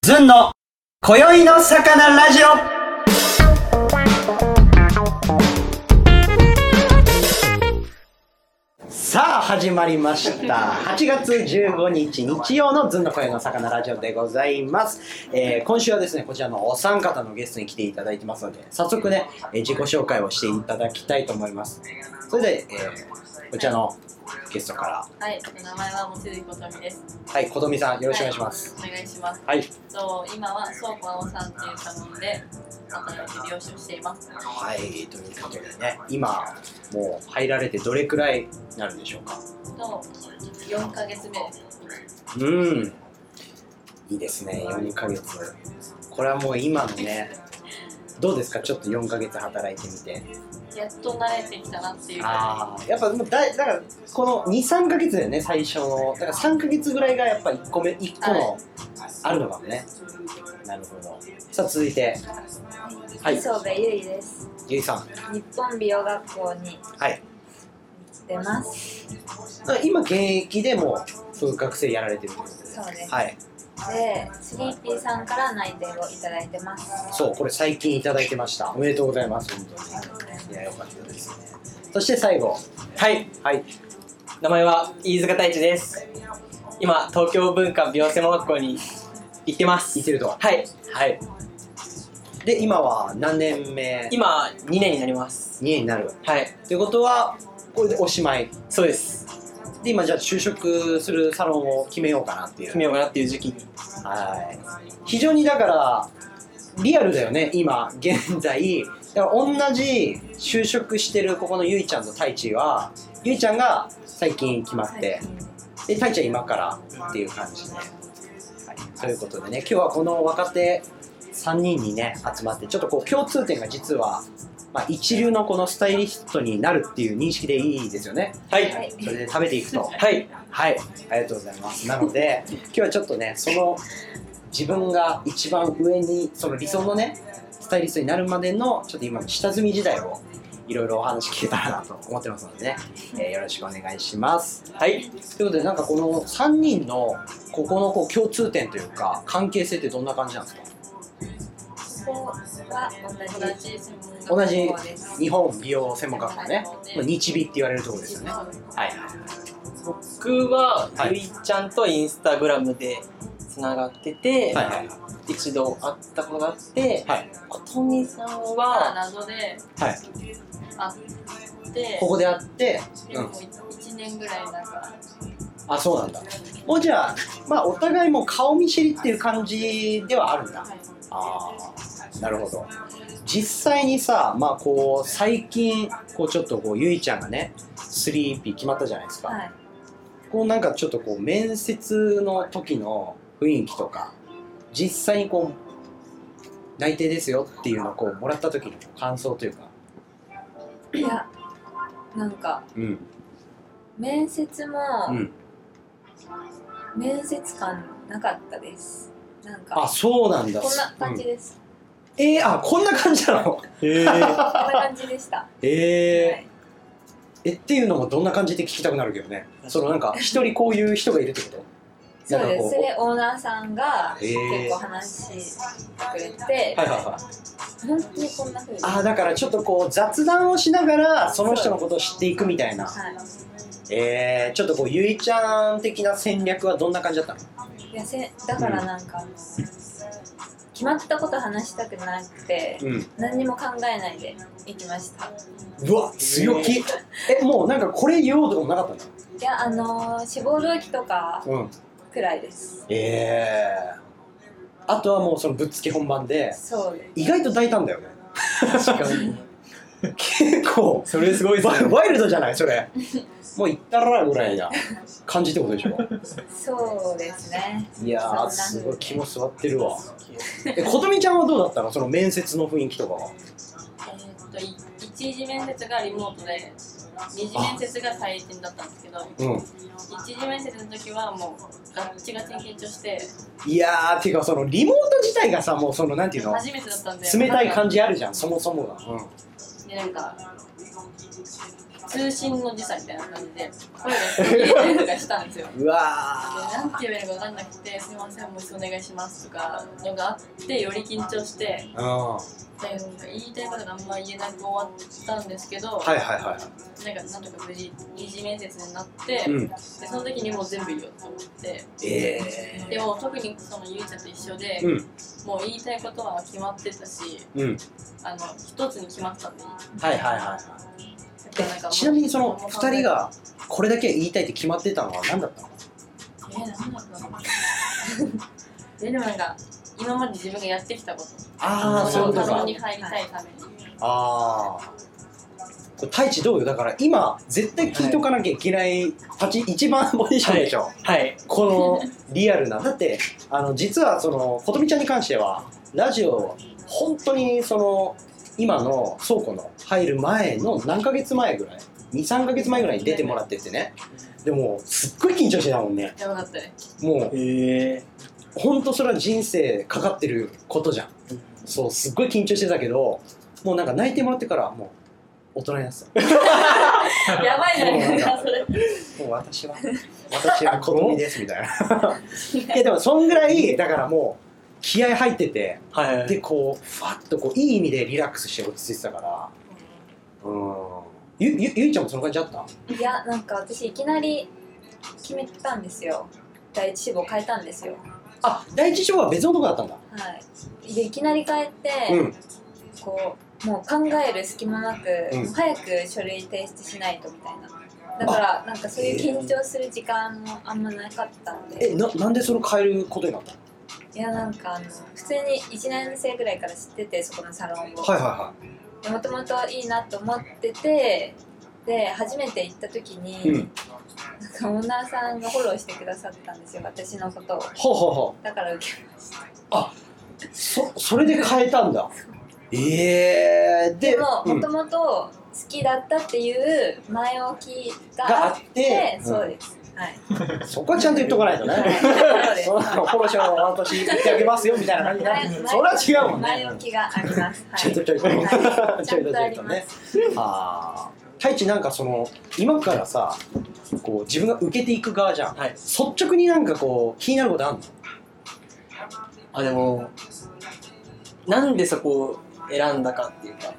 ずんの今宵の魚ラジオ。さあ始まりました8月15日日曜のずんの今宵の魚ラジオでございます。今週はですねこちらのお三方のゲストに来ていただいてますので、早速ね、自己紹介をしていただきたいと思います。それで、こちらのゲストから。 はい、名前は望月琴美です。 はい、琴美さんよろしくお願いします。 はい、お願いします。 はい。 今は倉庫青さんっていうサロンで働いて美容師をしています。 はい、ということでね、今もう入られてどれくらいになるんでしょうか。 4ヶ月目です。 いいですね、4ヶ月。これはもう今のね、どうですか、ちょっと4ヶ月働いてみて。 やっと慣れてきたなっていう。 やっぱもうだからこの2、3ヶ月だよね、最初の。だから3ヶ月ぐらいがやっぱ1個のあるのかもね。なるほど。さあ続いて、 はい、磯部ゆいです。 ゆいさん。 日本美容学校に出ます。 今現役でもそう学生やられてるんです。 そうです。 はい。 で、スリーピーさんから内定をいただいてます。 そう、これ最近いただいてました。おめでとうございます。本当に。いや、よかったですね。そして最後。 はい。はい。名前は飯塚太一です。今、東京文化美容専門学校に行ってます。 行ってると。 はい。はい。 で、今は何年目？ 今、2年になります。 2年になる。 はい。 ということは、これでおしまい。 そうです。 で、今じゃあ就職するサロンを決めようかなっていう。 決めようかなっていう時期に。 はい。非常にだから、リアルだよね、今、現在。だから同じ就職してるここのゆいちゃんと太一は、ゆいちゃんが最近決まって、で、太一は今からっていう感じで。はい。ということでね、今日はこの若手3人にね、集まって、ちょっとこう共通点が実は、一流のこのスタイリストになるっていう認識でいいですよね。 はい。 それで食べていくと。 はい。 はい。ありがとうございます。なので、今日はちょっとね、その自分が一番上に、その理想のね、スタイリストになるまでの、ちょっと今の下積み時代をいろいろお話聞けたらなと思ってますのでね、よろしくお願いします。 はい。 ということで、なんかこの3人のここのこう共通点というか、関係性ってどんな感じなんですか？ ここは同じ日本美容専門学校ね、日美って言われるところですよね。はい。 僕はゆいちゃんとインスタグラムでつながってて、 はいはい、 一度会ったことがあって、 はい、 琴美さんは謎で会って、 ここで会って、 1年ぐらいなんか。 あ、そうなんだ。もうじゃあ、お互いも顔見知りっていう感じではあるんだ。はい、ああ、なるほど。実際にさ、こう最近こうちょっとこうゆいちゃんがね 3P 決まったじゃないですか。はい、こうなんかちょっとこう面接の時の雰囲気とか、実際にこう内定ですよっていうのをこうもらった時の感想というか。 いや、なんか、面接も、面接感なかったです。なんか、 あ、そうなんだ。 こんな感じです。 こんな感じなの？ こんな感じでした。はい、 っていうのもどんな感じって聞きたくなるけどね。そのなんか一人こういう人がいるってこと？ そうです。それオーナーさんが結構話してくれて、本当にこんな風に。 だからちょっとこう雑談をしながらその人のことを知っていくみたいな。はい、ちょっとこうゆいちゃん的な戦略はどんな感じだったの？ いやだからなんか、決まったこと話したくなくて、何にも考えないで行きました。 うわ、強気。もうなんかこれ言おうとかもなかったんだ。 いや、志望動機とかくらいです。 あとはもうそのぶっつけ本番で。 そうです。 意外と大胆だよね。 確かに。 結構それすごいですね。 ワイルドじゃないそれ。もう行ったらぐらいな感じってことでしょ？ そうですね。 いやー、すごい肝据わってるわ。琴美ちゃんはどうだったの？その面接の雰囲気とかは。 1次面接がリモートで、2次面接が対人だったんですけど、1次面接の時はもうガッチガチに緊張して。 いやー、ていうかそのリモート自体がさ、もうそのなんていうの、 初めてだったんで冷たい感じあるじゃん、そもそもが。 でなんか通信の時差みたいな感じで声が途切れたりとかしたんですよ。 うわでなんて言えばいいのか分かんなくて「すみませんもう一度お願いします」とかのがあってより緊張してー。あでなんか言いたいことがあんま言えなく終わったんですけど、 はいはいはいなんとか無事二次面接になって、 うんでその時にもう全部言おうと思って、 でも特にそのゆいちゃんと一緒で、もう言いたいことは決まってたし、一つに決まってたんでいい。 はいはいはいちなみにその2人がこれだけ言いたいって決まってたのは何だったの？ 何だったのでもなんか今まで自分がやってきたこと、 そういうことか。 サロンに入りたいために。 太一どうよ？だから今絶対聞いとかなきゃいけない一番ポジションでしょ、 はい、 このリアルな。だって実はそのことみちゃんに関してはラジオ本当にその今の倉庫の入る前の何ヶ月前ぐらい 2,3 ヶ月前ぐらいに出てもらっててね。でもすっごい緊張してたもんね。 やばかったね。 もう本当それは人生かかってることじゃん。そうすっごい緊張してたけど、もうなんか泣いてもらってからもう大人になってた。 やばいじゃないですかそれ。 もう私は子供ですみたいな。いやでもそんぐらいだからもう気合入ってて、 はいはい、 でこうファッとこういい意味でリラックスして落ち着いてたから。ゆいちゃんもその感じあった？ いやなんか私いきなり決めたんですよ。第一志望変えたんですよ。 あ、第一志望は別のとこだったんだ。 はい。でいきなり変えて、こうもう考える隙もなく、早く書類提出しないとみたいな。だからなんかそういう緊張する時間もあんまなかったんで。 なんでそれ変えることになったの？ いやなんか普通に1年生ぐらいから知ってて、そこのサロンを。 はいはいはい。 もともといいなと思ってて、で初めて行った時に、なんかオーナーさんがフォローしてくださったんですよ、私のことを。だから受けました。 あ、それで変えたんだ。 でももともと好きだったっていう前置きがあって、そうです。はい、 そこはちゃんと言っとかないとね。フォローして私言ってあげますよみたいな感じで。それは違うもんね。 前置きがあります。 ちょいとちょいとね。太一なんかその今からさ、こう自分が受けていく側じゃん。率直になんかこう気になることあるの？ でもなんでそこを選んだかっていうか。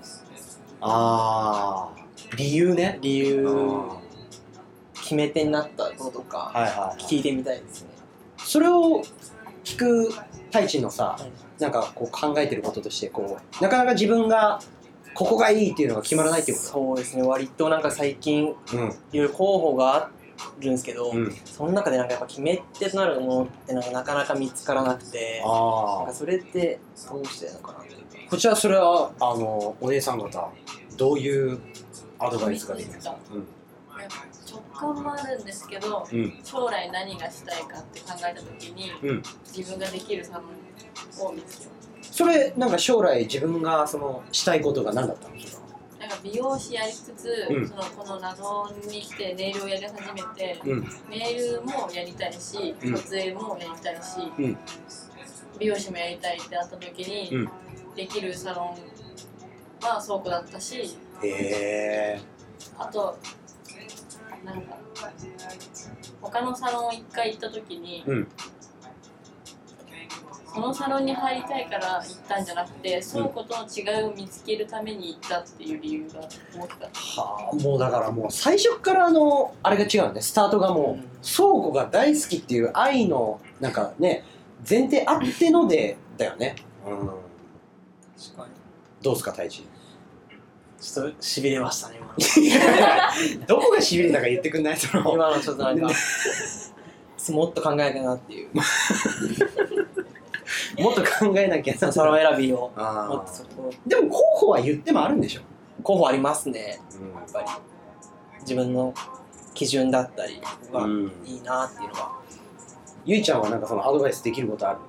理由ね。 理由。決め手になったこととか聞いてみたいですね。 それを聞く太一のさ、なんかこう考えてることとしてこうなかなか自分がここがいいっていうのが決まらないっていうこと？ そうですね。割となんか最近いろいろ候補があるんですけど、その中でなんかやっぱ決め手となるものってなんかなかなか見つからなくて、なんかそれってどうしてなのかなって。 こちらそれはお姉さん方どういうアドバイスができますか？ 直感もあるんですけど、将来何がしたいかって考えた時に、自分ができるサロンを見つけます。 それなんか将来自分がそのしたいことが何だったの？ なんか美容師やりつつ、この謎に来てネイルをやり始めて、ネイルもやりたいし、撮影もやりたいし、美容師もやりたいってなった時に、できるサロンは倉庫だったし、あとなんか他のサロン1回行った時に、そのサロンに入りたいから行ったんじゃなくて、倉庫との違いを見つけるために行ったっていう理由が大きかった。 もうだからもう最初からあれが違うんね。スタートがもう、倉庫が大好きっていう愛のなんかね前提あってのでだよね。 確かに。 どうですか太一？ ちょっとしびれましたね今の。どこがしびれたか言ってくんない？その今のちょっとなんかもっと考えたなっていう。 もっと考えなきゃな。 サロン選びをもっとそこ。 でも候補は言ってもあるんでしょ？ 候補ありますね。やっぱり自分の基準だったりがいいなっていうのは。 ゆいちゃんはなんかそのアドバイスできることある？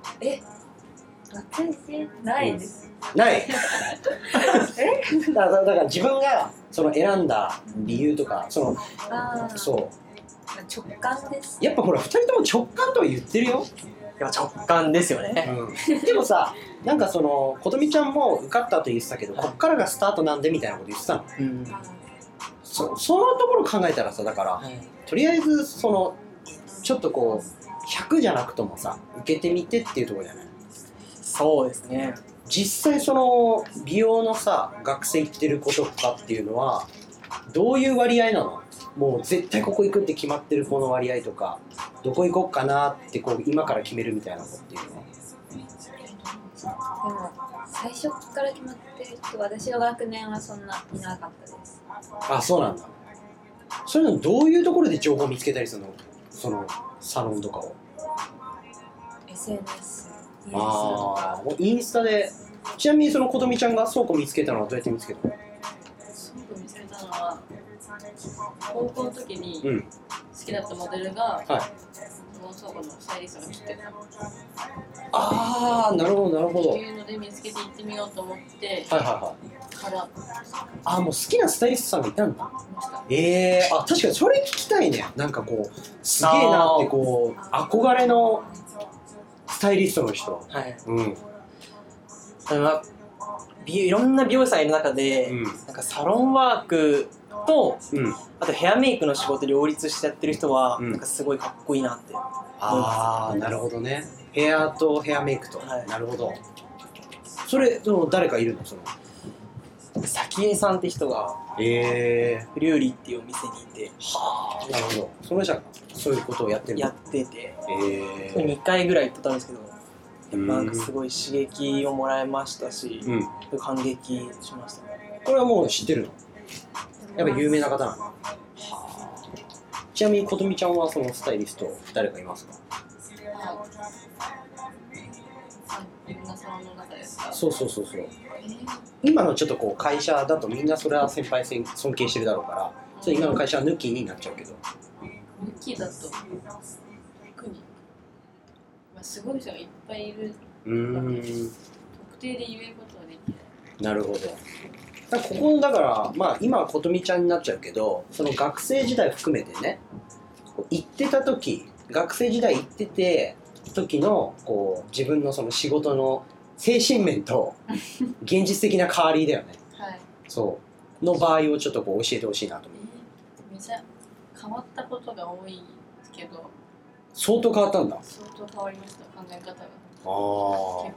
私ないです。 ない。だから自分がその選んだ理由とかそう直感です。 やっぱほら2人とも直感とは言ってるよ。 いや直感ですよね。 でもさ、なんかそのことみちゃんも受かったと言ってたけど、こっからがスタートなんでみたいなこと言ってたの。 そのところ考えたらさ、だから、とりあえずそのちょっとこう100じゃなくともさ受けてみてっていうところじゃない？ そうですね。 実際その美容のさ学生行ってる子とかっていうのはどういう割合なの？もう絶対ここ行くって決まってる子の割合とか、どこ行こうかなってこう今から決めるみたいな子っていうのは？ でも最初から決まってる人、私の学年はそんないなかったです。 あ、そうなんだ。そういうのどういうところで情報を見つけたりするの？そのサロンとかを。 SNS、インスタとああ、 か。 もうインスタで。ちなみにそのことみちゃんが倉庫見つけたのはどうやって見つけたの？ 倉庫見つけたのは高校の時にうん、 好きだったモデルが、 はい。 その倉庫のスタイリストが来てたああ、なるほどなるほど。はいっていうので見つけて行ってみようと思ってはいはい。 からああ、もう好きなスタイリストさんがいたんだ。 来ました。 あ、確かにそれ聞きたいね。なんかこうすげえなってこう憧れのスタイリストの人。 はい。 うん。 いろんな美容師さんいる中で、なんかサロンワークと、あとヘアメイクの仕事両立してやってる人は、なんかすごいかっこいいなって思います。 ああ、なるほどね。ヘアとヘアメイクと。 はい、 なるほど。それ誰かいるの？その早紀江さんって人が、フリューリっていうお店にいて、 はあ、なるほど。その人はそういうことをやってるの？ やってて、2回ぐらい行ってたんですけど、なんかすごい刺激をもらいましたし、感激しましたね。 これはもう知ってるの？やっぱ有名な方なの？はあ。ちなみにことみちゃんはそのスタイリスト誰かいますか？ いろんなサロンの中ですか？ そう。今のちょっとこう会社だとみんなそれは先輩尊敬してるだろうから、それ今の会社は抜きになっちゃうけど。 抜きだと特に、すごい人がいっぱいいる。特定で言えることはできない。 なるほど。だからここだからまあ今はことみちゃんになっちゃうけど、その学生時代含めてね、行ってた時、学生時代行ってて時のこう自分のその仕事の精神面と現実的な変わりだよね。 はい。 そうの場合をちょっとこう教えてほしいなと思う。 めちゃ変わったことが多いけど。 相当変わったんだ。 相当変わりました、考え方が。 ああ。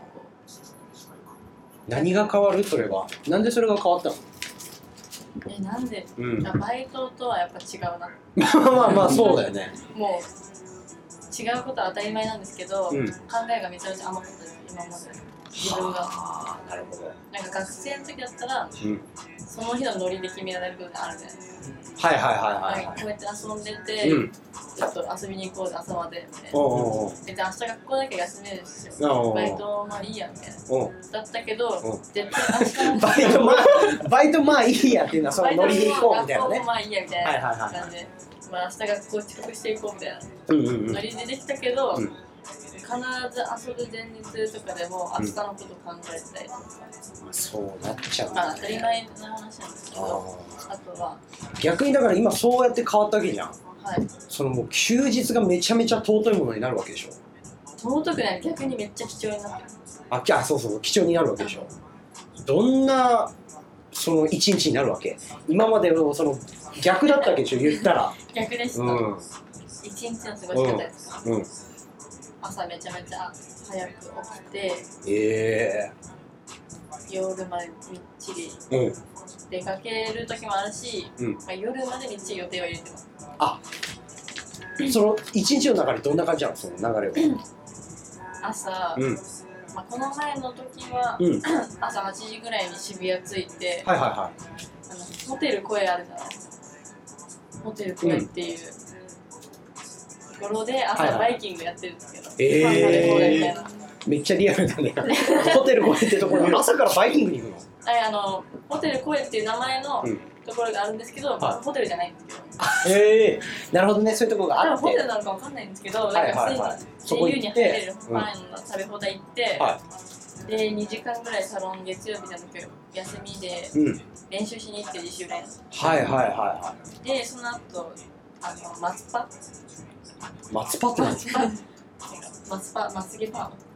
何が変わる？それは。なんでそれが変わったの？ なんで、バイトとはやっぱ違うな。 まあそうだよね。 もう違うことは当たり前なんですけど、考えがめちゃめちゃ甘かったです、今まで。自分が。 なるほど。 なんか学生の時だったら、その日のノリで決められることがあるじゃないですか。 はい。 こうやって遊んでて、ちょっと遊びに行こうで朝までみたいな。別に明日学校だけ休めるんですよ。バイトまあいいやみたいな。だったけど、絶対明日バイトまあいいやっていうのはそのノリで行こうみたいなね。 学校もまあいいやみたいな感じで、まあ明日学校遅刻していこうみたいなノリでできたけど、必ず遊ぶ前日とかでも明日のこと考えたりとか、 そうなっちゃう。 まあ当たり前な話なんですけど、あとは逆にだから今そうやって変わったわけじゃん。 はい。 そのもう休日がめちゃめちゃ尊いものになるわけでしょ。 尊くない、逆にめっちゃ貴重になってる。 そう貴重になるわけでしょ。どんなその一日になるわけ？今までのその逆だったわけでしょ、言ったら。 逆でした。一日の過ごし方ですか？朝めちゃめちゃ早く起きて、夜までみっちり出かける時もあるし、夜までみっちり予定を入れてます。 その一日の中でどんな感じなの、その流れは？ 朝、この前の時は、朝8時ぐらいに渋谷着いて、ホテル声あるじゃないですか。ホテル声っていうところで朝バイキングやってるんですけど、パン食べ放題みたいな。 めっちゃリアルだね。ホテル声ってところに朝からバイキングに行くの？ ホテル声っていう名前のところがあるんですけど、ホテルじゃないんですけど。 なるほどね、そういうところがあって。 ホテルなのかわかんないんですけど、なんか普通に JU に入れるパンの食べ放題行って、で2時間ぐらいサロン月曜日の時休みで練習しに行って自主練。でその後松パって何？松毛パン。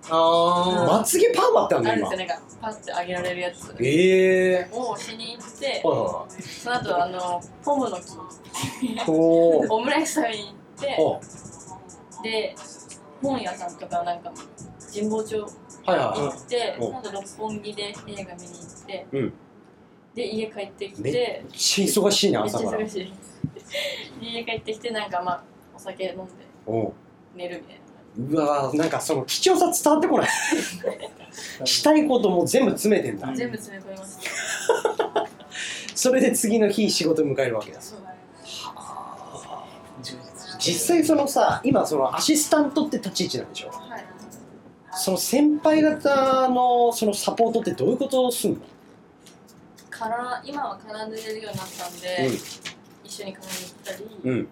あまつげパーマってあるの今。 あるんですよ、なんかパッて上げられるやつをしに行って、その後ポムの木オムライス食べに行って、で本屋さんとかなんか神保町行って、あと六本木で映画見に行って、で家帰ってきて、 めっちゃ忙しいね朝から。 めっちゃ忙しい。家帰ってきてなんかまあお酒飲んで寝るみたいな。 うわー、なんかその貴重さ伝わってこないしたいことも全部詰めてんだ。 全部詰め込みました。 それで次の日仕事迎えるわけだ。実際そのさ、今そのアシスタントって立ち位置なんでしょ。はい。その先輩方のそのサポートってどういうことをするの？ 今は絡んでるようになったんで、一緒に買いに行ったり、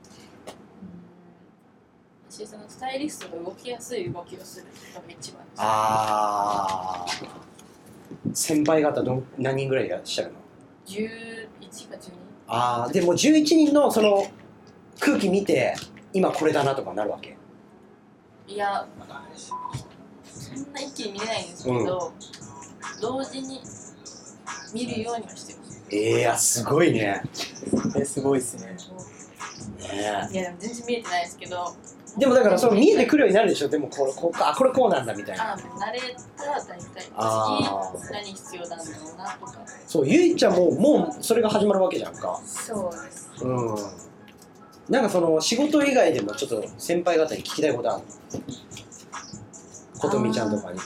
そのスタイリストが動きやすい動きをするのが一番です。 ああ。先輩方何人ぐらいいらっしゃるの ？11か12。 ああ、でも11人のその空気見て今これだなとかなるわけ？ いや、そんな一気に見れないんですけど、同時に見るようにはしてます。 いや、すごいね。 すごいですね。 いや、でも全然見えてないですけど。 でもだからその見えてくるようになるでしょ。でもこれこうなんだみたいな。 慣れたら大体次何必要なんだろうなとか。そう、 ゆいちゃんもうそれが始まるわけじゃんか。 そうです。 なんかその仕事以外でもちょっと先輩方に聞きたいことあるの？ことみちゃんとかに。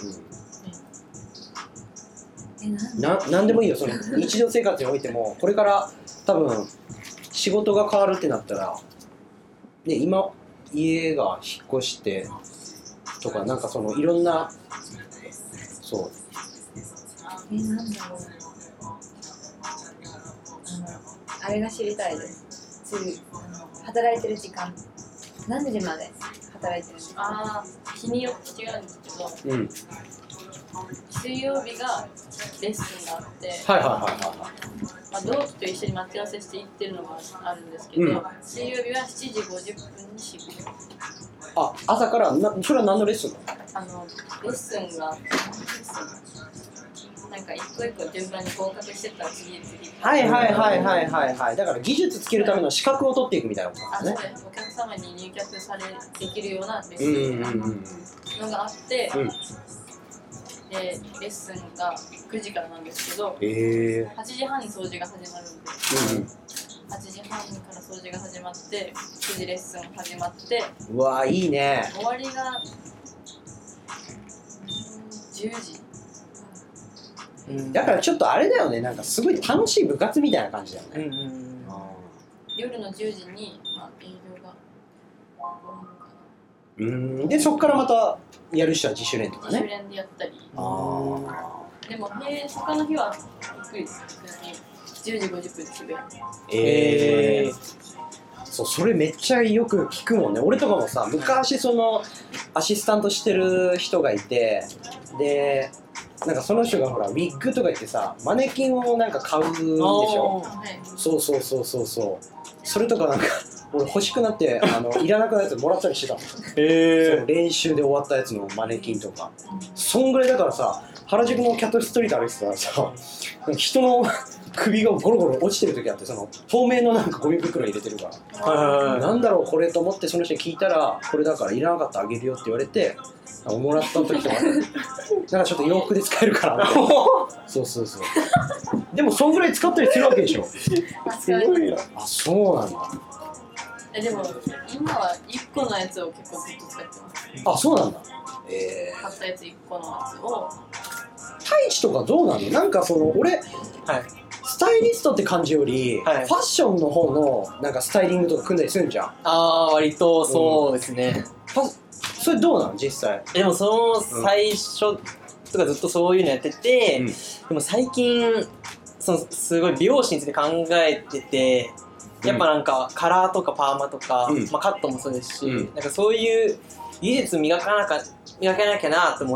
なんでもいいよ。その日常生活においてもこれから多分仕事が変わるってなったら、ね、今家が引っ越してとかなんかそのいろんななんだろう。あれが知りたいです。働いてる時間。何時まで働いてる時間？ 日によって違うんですけど、水曜日がレッスンがあって、同期と一緒に待ち合わせして行ってるのがあるんですけど、水曜日は7時50分に渋谷。 朝からそれは何のレッスンなの？レッスンがなんか一個一個順番に合格してったら次。 だから技術つけるための資格を取っていくみたいなことですね。 そうです。お客様に入客できるようなレッスンのがあって、でレッスンが9時からなんですけど、8時半に掃除が始まるんで、8時半から掃除が始まって9時レッスン始まって、 うわーいいね。 終わりが10時。 だからちょっとあれだよね、なんかすごい楽しい部活みたいな感じだよね。 夜の10時に、営業が終わるかな。でそっからまたやる人は自主練とかね。 自主練でやったり。でも他の日はゆっくりです。10時50分で渋谷。 そう、それめっちゃよく聞くもんね。俺とかもさ、昔そのアシスタントしてる人がいて、でなんかその人がほらウィッグとか言ってさ、マネキンをなんか買うんでしょ。そうそれとかなんか俺欲しくなっていらなくなるやつもらったりしてたもん。そう練習で終わったやつのマネキンとか、そんぐらいだからさ、原宿のキャットストリート歩いてたらさ、人の首がゴロゴロ落ちてる時あって、その透明のなんかゴミ袋入れてるから、なんだろうこれと思ってその人に聞いたら、これだからいらなかったらあげるよって言われて、もらった時とかなんかちょっと洋服で使えるからみたいな。そうでもそんぐらい使ったりするわけでしょ。すごいな。そうなんだ。 でも今は1個のやつを結構ずっと使ってます。 そうなんだ。 買ったやつ1個のやつを。 太一とかどうなの？なんかその俺、スタイリストって感じより、ファッションの方のなんかスタイリングとか組んだりするんじゃん。 割とそうですね。 それどうなの実際？ でもその最初とかずっとそういうのやってて、でも最近すごい美容師について考えてて、やっぱなんかカラーとかパーマとか、カットもそうですし、なんかそういう技術磨かなきゃなと思って、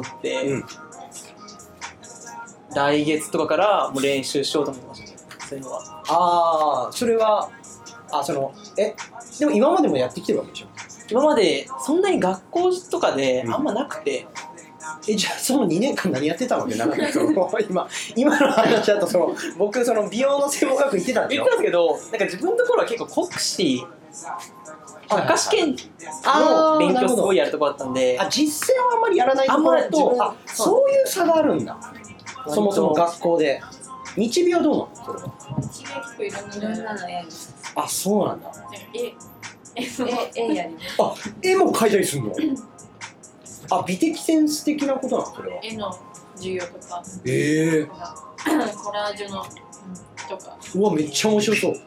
来月とかからもう練習しようと思ってましたね。そういうのは。 それはでも今までもやってきてるわけでしょ？ 今までそんなに学校とかであんまなくて、 じゃあその2年間何やってたわけなんか今の話だと僕美容の専門学校行ってたんですよ。 言ったんですけど、なんか自分のところは結構国試国家試験の勉強すごいやるところだったんで、 実践はあんまりやらないところと、そういう差があるんだ。そもそも学校で日美はどうなの？それは日米結構いろんなのやります。 そうなんだ。 絵やります。 絵も描いたりするの？美的センス的なことなのそれは？ 絵の授業とか、コラージュのとか。 うわめっちゃ面白そう。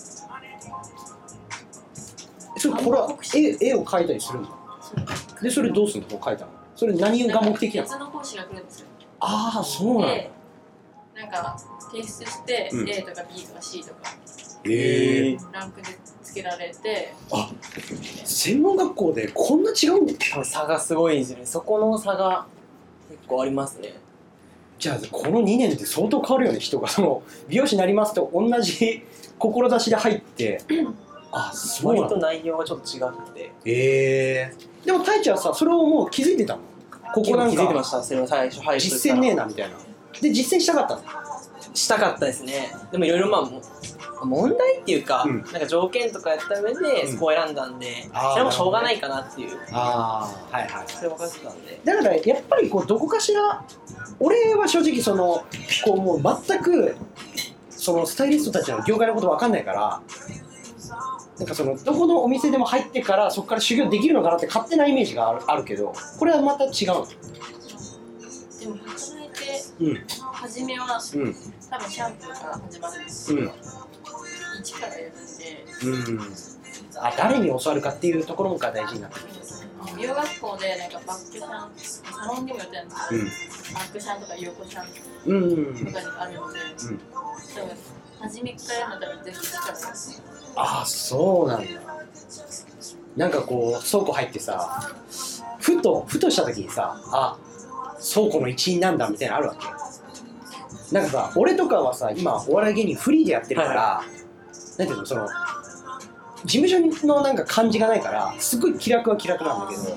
それ絵を描いたりするんだ。でそれどうするの？描いたの？それ何が目的なの？ 別の講師が来るんですよ。 そうなんだ。 なんか提出して、A とか B とか C とかランクでつけられて、 専門学校でこんな違うの？ 多分差がすごいんですよね。そこの差が結構ありますね。 じゃあこの2年って相当変わるよね。人が美容師になりますと同じ志で入ってそう割と内容がちょっと違ってでも太一はさそれをもう気づいてたの？ここなんか気づいてました。それは最初入る時実践ねえなみたいなで実践したかったの？ したかったですね。でもいろいろ問題っていうか、なんか条件とかやった上でそこを選んだんで、それもしょうがないかなっていう。それ分かってたんで。 だからやっぱりどこかしら俺は正直もう全くスタイリストたちの業界のこと分かんないから、なんかどこのお店でも入ってからそこから修行できるのかなって勝手なイメージがあるけど、これはまた違うの？ でも働いて、初めは、多分シャンプーから始まるんですけど、一からやるんで、 誰に教わるかっていうところが大事になってくる。 美容学校でなんかバックシャン、サロンでもやってるんですけど、バックシャンとか横シャンとかにあるので、多分初めからやるのだったらぜひ一からやる。 そうなんだ。なんか倉庫入ってさ、ふとした時にさ、倉庫の一員なんだみたいなのあるわけ。なんかさ、俺とかはさ、今お笑い芸人フリーでやってるから、なんていうの事務所のなんか感じがないからすごい気楽は気楽なんだけど、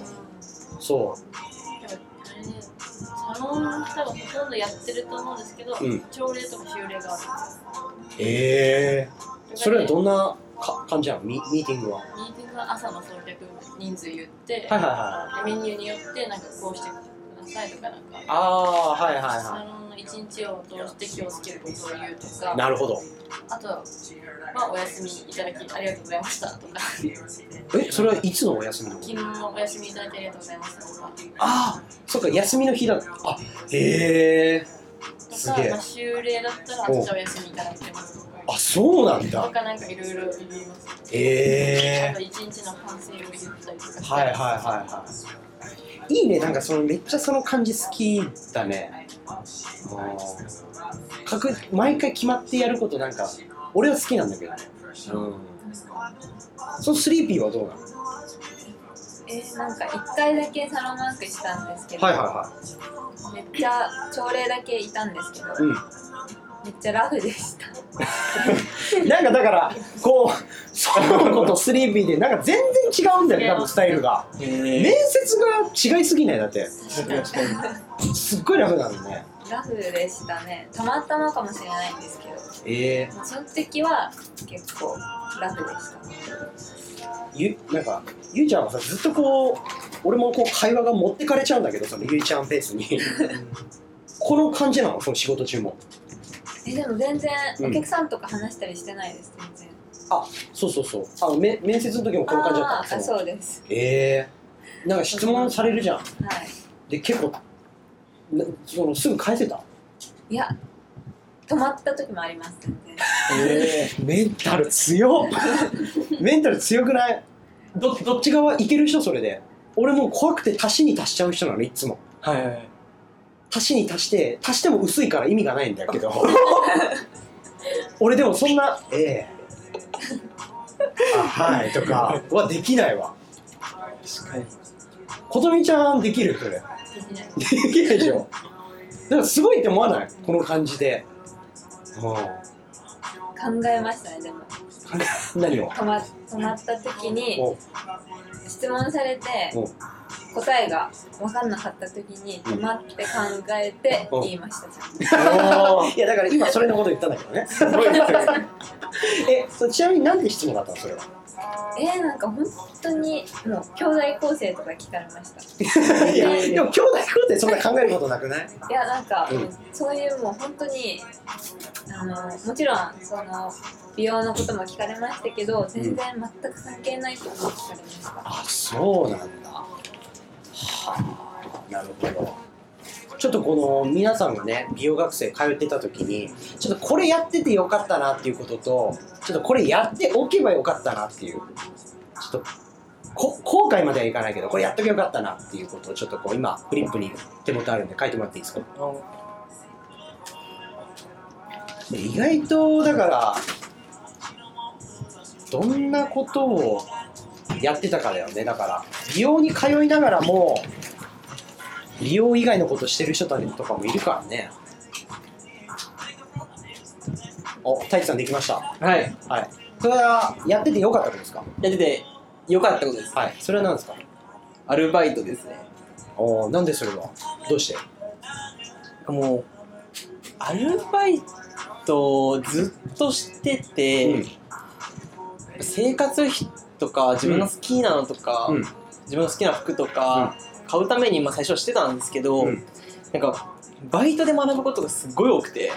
サロン多分ほとんどやってると思うんですけど、朝礼とか修例があるんですよ。 それはどんな感じなの？ミーティングは朝の送客人数言って、メニューによってなんかこうしてくださいとかなんか、サロンの一日を通して気をつけることを言うとか、 なるほど。 あとお休みいただきありがとうございましたとか。 それはいつのお休みなの？ 昨日お休みいただきありがとうございましたとか。 そっか、休みの日だ。すげえ。 修例だったら明日お休みいただいてますとか。 そうなんだ。 とかなんかいろいろ言います。あと一日の反省を言ったりとかして。 いいね、なんかめっちゃその感じ好きだね。毎回決まってやることなんか俺は好きなんだけどね。スリーピーはどうなの？ なんか1回だけサロンワークしたんですけど、めっちゃ朝礼だけいたんですけど、めっちゃラフでした。 なんかだから倉庫とスリーピーでなんか全然違うんだよね、多分スタイルが。面接が違いすぎない？だってすっごいラフなのね。 ラフでしたね。たまたまかもしれないんですけど、その時は結構ラフでした。 なんかゆいちゃんはさ、ずっと俺も会話が持ってかれちゃうんだけど、ゆいちゃんペースにこの感じなの？仕事中も。 でも全然お客さんとか話したりしてないです、全然。 そう面接の時もこの感じだったの？ そうです。 なんか質問されるじゃん。で結構すぐ返せた？ いや、止まった時もあります。 メンタル強っ。メンタル強くない？どっち側いける人？それで俺もう怖くて足しに足しちゃう人なの、いつも。足しに足しても薄いから意味がないんだけど俺でもそんなとかはできないわ。 確かに。 ことみちゃんできる？それできないでしょ。だからすごいって思わない？この感じで。 考えましたね。でも何を？ 止まった時に質問されて、 答えが分かんなかった時に止まって考えて言いましたじゃん。 いやだから今それのこと言ったんだけどね。すごいですよね。ちなみに何で質問だったのそれは。 なんか本当にもう兄弟構成とか聞かれました。 いやでも兄弟構成そんな考えることなくない？ いやなんか、そういうもう本当にもちろんその美容のことも聞かれましたけど、全然全く関係ないことも聞かれました。 あ、そうなんだ。はあ、なるほど。ちょっとこの皆さんがね美容学生通ってた時にちょっとこれやっててよかったなっていうこととちょっとこれやっておけばよかったなっていうちょっと後悔まではいかないけどこれやっとけばよかったなっていうことをちょっとこう今フリップに手元あるんで書いてもらっていいですか？意外とだからどんなことをやってたかだよね。だから美容に通いながらも美容以外のことしてる人たちとかもいるからね。お、太一さんできました。 はい。 はい。それはやっててよかったことですか？ やっててよかったことです。 はい。それは何ですか？ アルバイトですね。 お、なんでそれは？どうして？ もうアルバイトをずっとしてて、生活費とか自分の好きなのとか、自分の好きな服とか、買うために最初はしてたんですけど、なんかバイトで学ぶことがすごい多くて、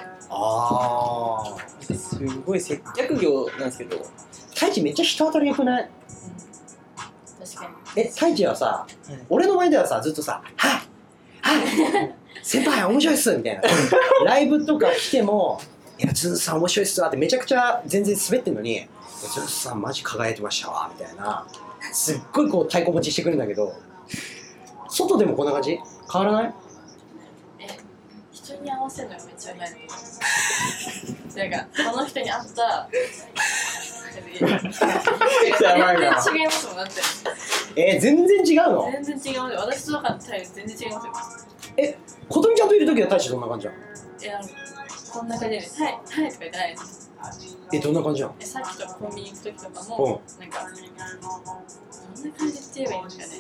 すごい接客業なんですけど、 太一めっちゃ人当たり良くない？ 確かに。 太一はさ、俺の前ではさずっとさ、はいはい先輩面白いっすみたいなライブとか来てもいやズンさん面白いっすわってめちゃくちゃ全然滑ってんのにズンさんマジ輝いてましたわみたいなすっごいこう太鼓持ちしてくるんだけど外でもこんな感じ？変わらない？ 人に合わせるのがめっちゃうまいと思う。なんかこの人に合った全然違いますもんだって。 全然違うの？ 全然違うね。私とかのタイプ全然違いますよ。 琴美ちゃんといる時は太一どんな感じなの？ こんな感じではいはいとか言ってないです。 どんな感じなの？ さっきとかコンビニ行く時とかもなんかどんな感じって言えばいいんですかね。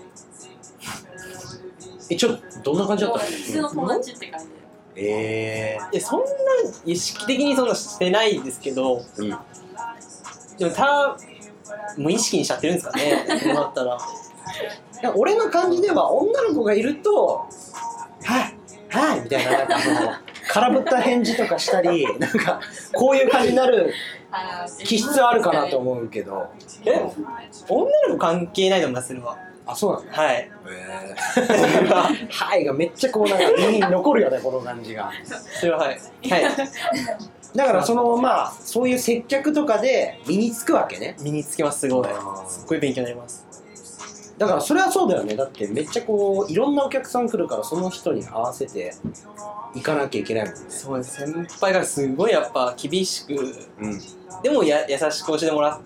ちょっとどんな感じだったの？ 普通の友達って感じで。そんな意識的にそんなしてないですけど、でも無意識にしちゃってるんですかね。そうなったら。 俺の感じでは女の子がいるとはいはいみたいななんかその空振った返事とかしたりなんかこういう感じになる気質あるかなと思うけど女の子関係ないと思います。それは。 あ、そうなんだ。 はい。 はいがめっちゃこうなんか耳に残るよねこの感じが。 それははい。はい。 だからそういう接客とかで身につくわけね。 身につきます。すごい。すっごい勉強になります。 だからそれはそうだよね。だってめっちゃこういろんなお客さん来るからその人に合わせていかなきゃいけないもんね。 そうです。先輩からすごいやっぱ厳しく、でも優しく教えてもらって、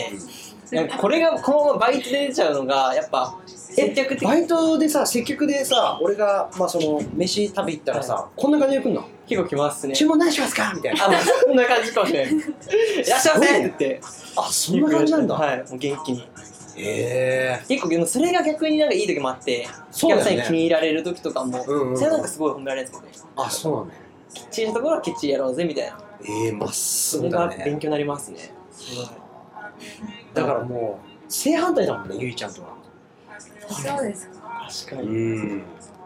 なんかこれがこのままバイトで出ちゃうのがやっぱ接客的。 バイトでさ接客でさ俺がその飯食べ行ったらさ、こんな感じで来るの？ 結構来ますね。 注文何しますかみたいな。 そんな感じかもしれない。いらっしゃいませって言って。 そんな感じなんだ。 はい、もう元気に。 結構それが逆になんかいい時もあって、お客さんに気に入られる時とかも、それはなんかすごい褒められるんですけど。 そうなんだね。 きっちりしたところはきっちりやろうぜみたいな。 まっすぐだね。それが勉強になりますね。 だからもう正反対だもんね、ゆいちゃんとは。 そうですか。確かに。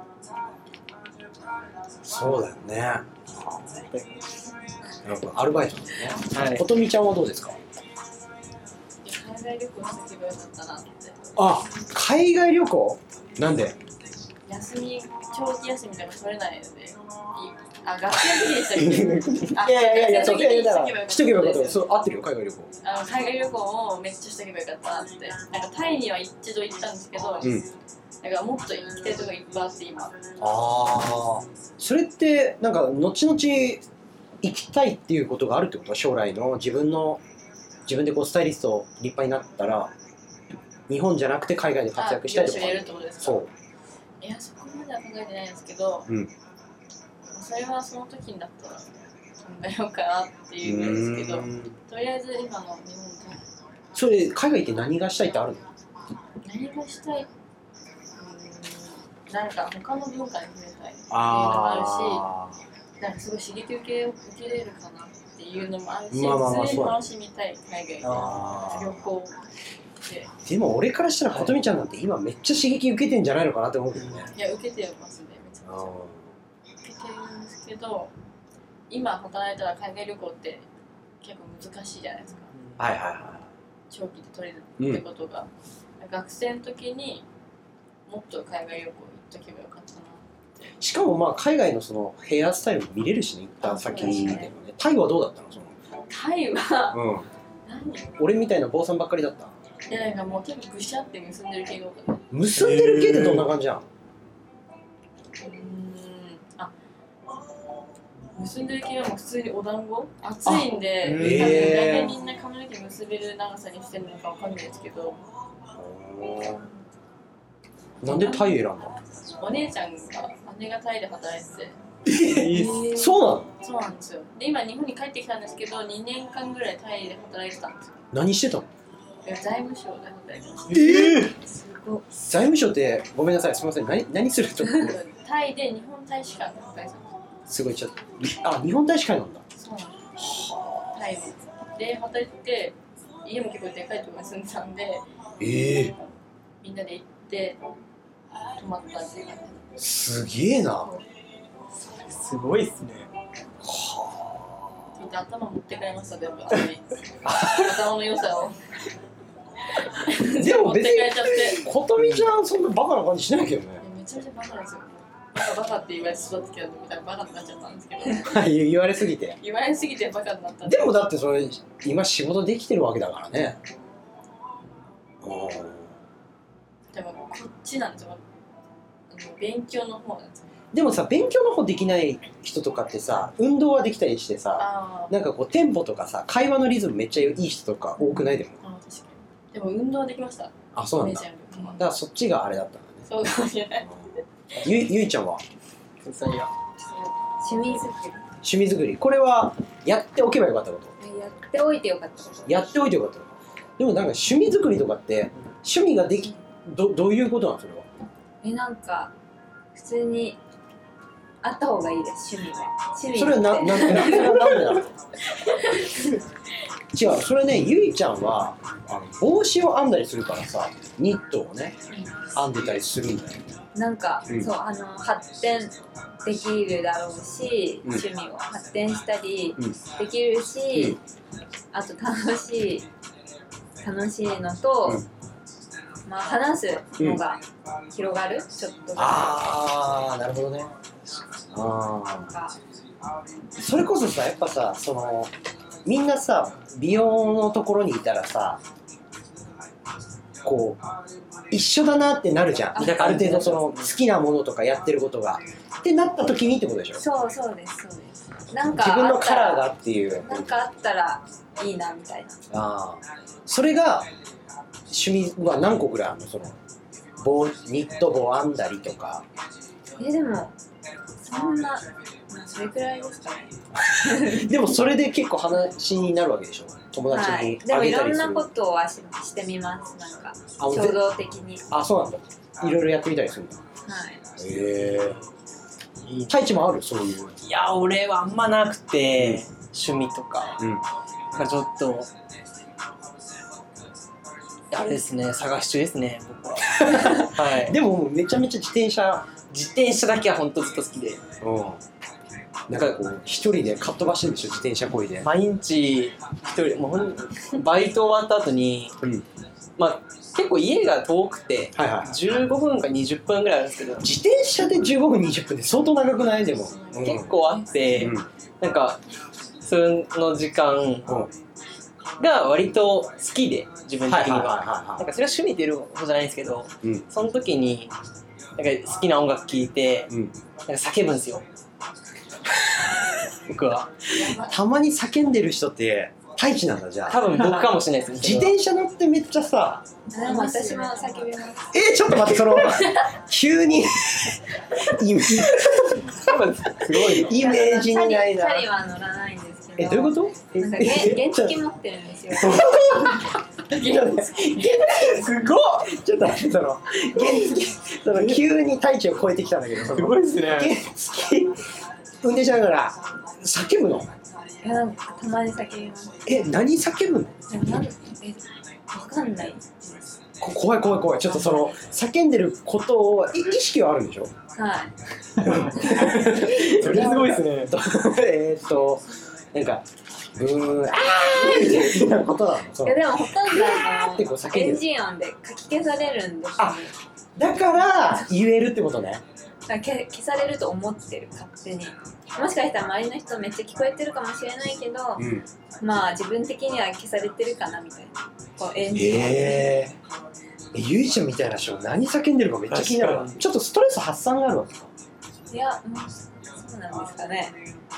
そうだよね。なんかアルバイトですね。ことみちゃんはどうですか？ 海外旅行しておけばよかったなって。 海外旅行？なんで？ 長期休みとか取れないので。学生の時でしたっけ？ いや、そうしとけばよかった。そう、合ってるよ、海外旅行。 海外旅行をめっちゃしとけばよかったなって。なんかタイには一度行ったんですけど、なんかもっと行きたいとこいっぱいあって今。 それってなんか後々行きたいっていうことがあるってこと？将来の自分でこうスタイリスト立派になったら日本じゃなくて海外で活躍したいってこと？ やるってことですか？そう。いや、そこまでは考えてないんですけど、それはその時になったら考えようかなっていうんですけど、とりあえず今の日本で。 それ海外行って何がしたいってあるの？ 何がしたい？ なんか他の文化に触れたいっていうのもあるし、なんかすごい刺激受けれるかなっていうのもあるし、普通に楽しみたい海外で旅行で。 でも俺からしたら琴美ちゃんなんて今めっちゃ刺激受けてんじゃないのかなって思うけどね。 いや受けてますね、めちゃめちゃ受けてるんですけど、今働いたら海外旅行って結構難しいじゃないですか。 はいはいはい。 長期で取れるってことが、学生の時にもっと海外旅行行っとけばよかったな。 しかもまあ海外のそのヘアスタイルも見れるしね、行った先でもね。タイはどうだったの？そのタイは、何？ 俺みたいな坊さんばっかりだった？ いやなんかもう結構ぐしゃって結んでる系が多かった。 結んでる系ってどんな感じじゃん？ 結んでる系はもう普通にお団子暑いんで、大体みんな髪の毛結べる長さにしてるのかわかんないですけど。 なんでタイ選んだの？ お姉ちゃんが、姉がタイで働いてて。 そうなの？ そうなんですよ。で今日本に帰ってきたんですけど、2年間ぐらいタイで働いてたんですよ。 何してたの？ 財務省で働いてました。すごい。 財務省ってごめんなさい、すみません、何する人？ タイで日本大使館で働いてたんですよ。 すごい、日本大使館なんだ。 そうなんです。タイで働いて、家も結構でかいところに住んでたんで、みんなで行って泊まったっていう感じ。すげえな。 すごいっすね。 はあ。頭持って帰りました、でも頭の良さを。 でも別に琴美ちゃんそんなバカな感じしないけどね。 めちゃめちゃバカなんですよ。バカって言われて育ってきたのみたいなバカになっちゃったんですけど。 言われすぎてバカになった。 でもだってそれ今仕事できてるわけだからね。 でもこっちなんですよ。勉強の方なんですよ。 でもさ、勉強の方できない人とかってさ、運動はできたりしてさ、なんかこうテンポとかさ、会話のリズムめっちゃいい人とか多くない？でも確かに。でも運動はできました。 あ、そうなんだ。だからそっちがあれだったんだね。 そうかもしれない。 ゆいちゃんは？ 趣味作り。これはやっておけばよかったこと？ やっておいてよかったこと。 やっておいてよかったこと。でもなんか趣味作りとかって趣味がどういうことなのそれは？ なんか普通にあった方がいいです。趣味は。 それはなんでなの？違う、それね、ゆいちゃんは帽子を編んだりするからさ、ニットをね編んでたりするんだよ。 なんか、そう発展できるだろうし、趣味を発展したりできるし、あと楽しいのと、まあ話すのが広がる、ちょっと。 ああ、なるほどね。なんかそれこそさ、やっぱさ、そのみんなさ、美容のところにいたらさ、こう一緒だなってなるじゃん。ある程度その好きなものとかやってることがってなった時にってことでしょ？ そうです。なんか自分のカラーがっていう。 なんかあったらいいなみたいな。 それが趣味は何個ぐらいあるの？そのニット帽編んだりとか。 でもそんな、それくらいですかね。 でもそれで結構話になるわけでしょ？友達にあげたりする。 でもいろんなことはしてみます。なんか衝動的に。 あ、そうなんだ。いろいろやってみたりするんだ。はい。太一もある？そういう。 いや、俺はあんまなくて、趣味とか、ちょっとあれですね、探し中ですね、僕は。はい。 でもめちゃめちゃ自転車だけは本当ずっと好きで。 なんかこう一人でかっ飛ばしてるでしょ、自転車こいで。 毎日一人、もうバイト終わった後に、まあ結構家が遠くて、15分か20分ぐらいあるんですけど、 自転車で15分20分って相当長くない？でも結構あって、なんかその時間が割と好きで、自分的には。なんかそれは趣味っていうことじゃないんですけど、その時になんか好きな音楽聴いて、なんか叫ぶんですよ。僕は。 たまに叫んでる人って太一なんだ。じゃあ多分僕かもしれないです。 自転車乗ってめっちゃさ、 でも私も叫びます。 ちょっと待って、その急にイメージにないな。 チャリは乗らないんですけど。 どういうこと？ なんか原付持ってるんですよ。 すごい。 ちょっと待って、原付急に大地を超えてきたんだけど、 すごいですね。 原付運転しながら叫ぶの？ いや、なんかたまに叫びます。 何叫ぶの？ わかんない。 怖い。ちょっと叫んでることを意識はあるんでしょ？ はい。 それすごいですね。 なんかあーみたいなことなの？ いやでもほとんどエンジン音でかき消されるんですよ、ね。 だから言えるってことね。 消されると思ってる、勝手に。もしかしたら周りの人めっちゃ聞こえてるかもしれないけど、まあ自分的には消されてるかなみたいな。こうエンジン音。 ゆいちゃんみたいな人何叫んでるかめっちゃ気になるわ。ちょっとストレス発散があるわけか。 いや、そうなんですかね。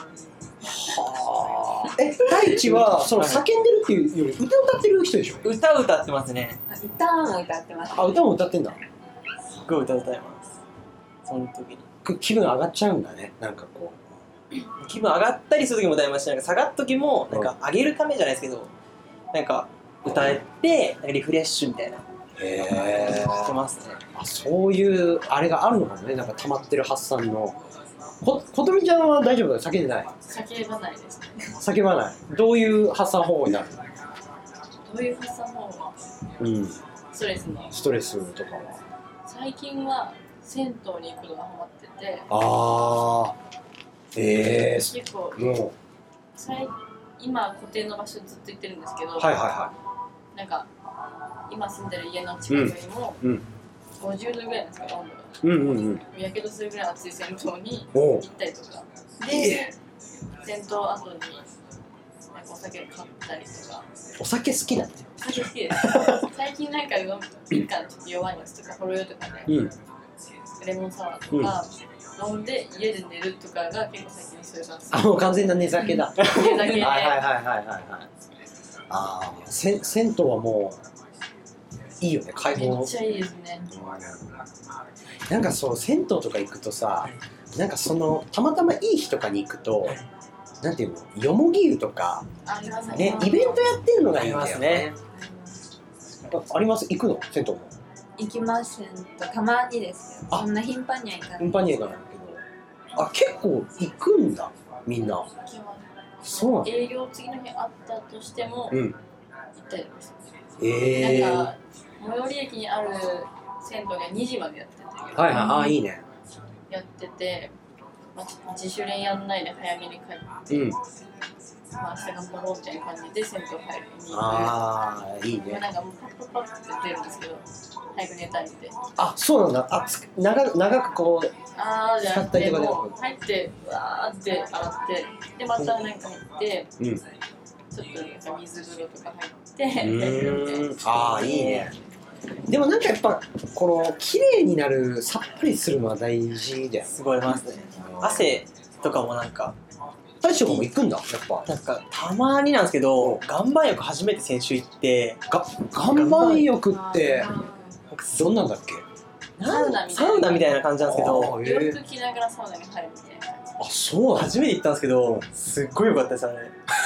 はあ。大地は叫んでるっていうより歌歌ってる人でしょ？ 歌ってますね。 歌も歌ってます。 歌も歌ってんだ。 すごい歌います。その時に気分上がっちゃうんだね。なんかこう気分上がったりする時も歌いますし、なんか下がった時もなんか上げるためじゃないですけど、なんか歌ってなんかリフレッシュみたいな。してますね。 そういうあれがあるのかもね。なんか溜まってる発散の。ことみちゃんは大丈夫だよ？叫んでない？ 叫ばないですね。 叫ばない。どういう発散方法になる？ どういう発散方法？ストレスとかは。最近は銭湯に行くのがハマってて。結構もう今固定の場所ずっと行ってるんですけど、なんか今住んでる家の近くにも50度ぐらいなんですか、温度が。やけどするぐらい熱い銭湯に行ったりとかで、銭湯後になんかお酒買ったりとか。 お酒好きだって？ お酒好きです。最近なんかビーカーちょっと弱いやつとかほろ酔いとかね、レモンサワーとか飲んで家で寝るとかが結構最近それが好き。 もう完全な寝酒だ。 寝酒で。 銭湯はもういいよね、開放。 めっちゃいいですね。 なんか銭湯とか行くとさ、なんかたまたまいい日とかに行くと、なんていうの、よもぎ湯とかね、イベントやってるのがいいんだよね。あります？行くの？銭湯も行きませんと、たまにですよ。そんな頻繁には行かない。 頻繁には行かないけど、結構行くんだ、みんな。そうなんだ。 営業次の日あったとしても行ったりです。なんか最寄り駅にある銭湯が2時までやってて、 いいね。 やってて、自主練やんないで早めに帰って、明日頑張ろうみたいな感じで銭湯入るに。 いいね。 なんかもうパッって出るんですけど、早く寝たいんで。 そうなんだ。長くこう使ったりとかで入ってわーって洗って、でまたなんか入って、ちょっとなんか水風呂とか入って、 いいね。でもなんかやっぱ綺麗になる、さっぱりするのは大事だよ。 すごいますね。汗とかもなんか大将も行くんだ、やっぱ。 なんかたまになんですけど、岩盤浴初めて先週行って、 岩盤浴ってどんなんだっけ？ サウナみたいな感じなんですけど、 洋服着ながらサウナに入るみたいな。 そう。 初めて行ったんですけど、すっごい良かったですよね。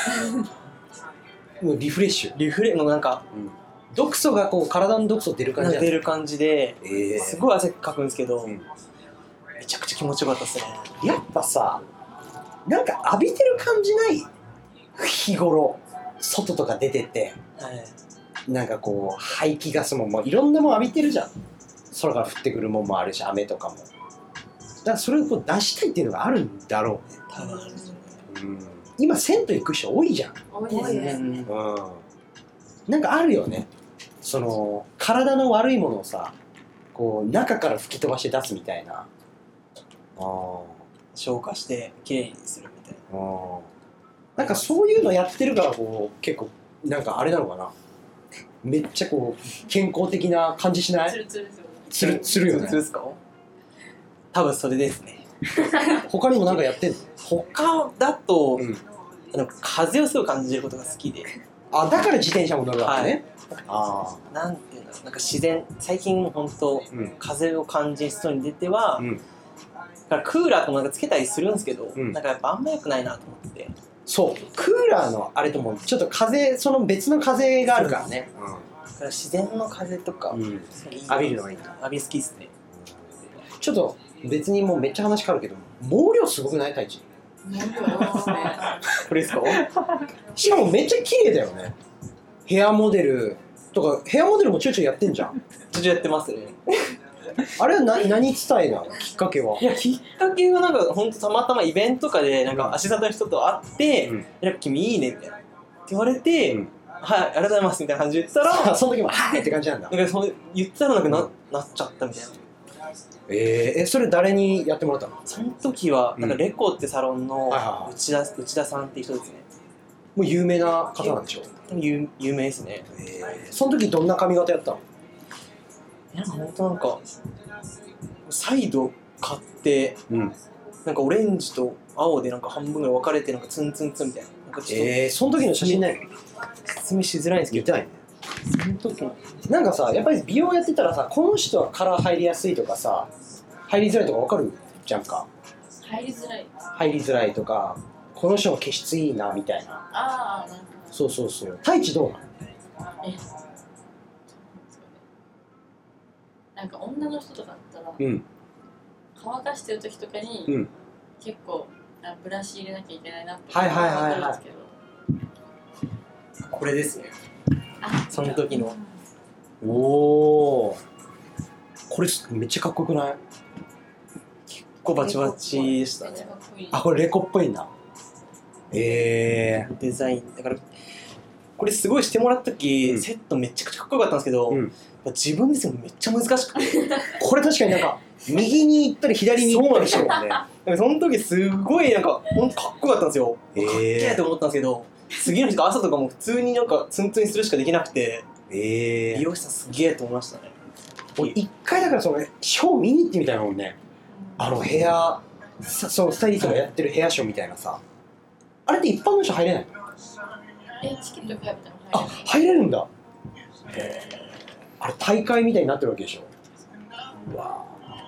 もうリフレッシュ。 もうなんか毒素が体の毒素出る感じ。 出る感じで、すごい汗かくんですけど、めちゃくちゃ気持ちよかったですね。 やっぱさ、なんか浴びてる感じない？日頃外とか出てて、なんか排気ガスもいろんなもん浴びてるじゃん。空から降ってくるもんもあるし、雨とかも。だからそれを出したいっていうのがあるんだろうね、多分。今銭湯行く人多いじゃん。 多いですね。 なんかあるよね。体の悪いものをさ、中から吹き飛ばして出すみたいな。 消化してきれいにするみたいな。 なんかそういうのやってるから結構なんかあれなのかな。めっちゃ健康的な感じしない？ ツルツルですよね。 ツルよね。 ツルですか？多分それですね。 他にもなんかやってんの？ 他だと、風をすごい感じることが好きで。 だから自転車も乗るわけね。 なんていうんだろう、なんか自然、最近本当、風を感じる人に出ては、だからクーラーともなんかつけたりするんですけど、なんかやっぱあんま良くないなと思って。 そう、クーラーのあれともちょっと風、別の風があるからね。 から自然の風とか、 浴びるのがいいと。 浴び好きっすね。 ちょっと別にもうめっちゃ話変わるけど、毛量すごくない？太一。 毛量ですね。 これですか？ しかもめっちゃ綺麗だよね。ヘアモデルとか、ヘアモデルもちょいちょいやってんじゃん。 ちょっとやってますね。 あれは何伝えなの？きっかけは。 いや、きっかけはなんか本当たまたまイベントとかでなんかアシスタントの人と会って「なんか君いいね」みたいなって言われて「はい、ありがとうございます」みたいな感じで言ったら、 その時も「はい」って感じなんだ。 なんかそう言ったらなんかなっちゃったみたいな。 それ誰にやってもらったの？ その時はなんかレコってサロンのはいはいはい内田さんっていう人ですね。 もう有名な方なんでしょ？ 有名ですね。 その時どんな髪型やったの？ いや本当なんかサイド買って、なんかオレンジと青でなんか半分ぐらい分かれてなんかツンツンツンみたいな。なんかちょっとその時の写真ないの？ 説明しづらいんですけど。 見たいね。 その時のなんかさ、やっぱり美容やってたらさ、この人はカラー入りやすいとかさ、入りづらいとか分かるじゃんか。 入りづらい。 入りづらいとか、この人の毛質いいなみたいな。 ああ、なるほど。 そうそうそう。太一どうなの？ なんか女の人とかだったら、 うん。 乾かしてる時とかに、 うん。 結構ブラシ入れなきゃいけないなってはいはいはいはい思うんですけど、 これですね。 あ、 その時のおお。これめっちゃかっこよくない？ 結構バチバチでしたねめっちゃ。かっこいい。 あ、これレコっぽいんだ。 デザインだからこれすごいしてもらった時、セットめちゃくちゃかっこよかったんですけど、自分ですよめっちゃ難しくてこれ確かになんか右に行ったり左に行ったりしてるもんね。 その時すごいなんかほんとかっこよかったんですよ、かっけーと思ったんですけど、次の日とか朝とかも普通になんかツンツンにするしかできなくて、美容師さんすげえと思いましたね。 俺一回だからそのショー見に行ってみたいなもんね。ヘアそのスタイリストがやってるヘアショーみたいなさ、あれって一般の人入れないの？ チケット買えばあ、入れるんだ。あれ大会みたいになってるわけでしょ。うわ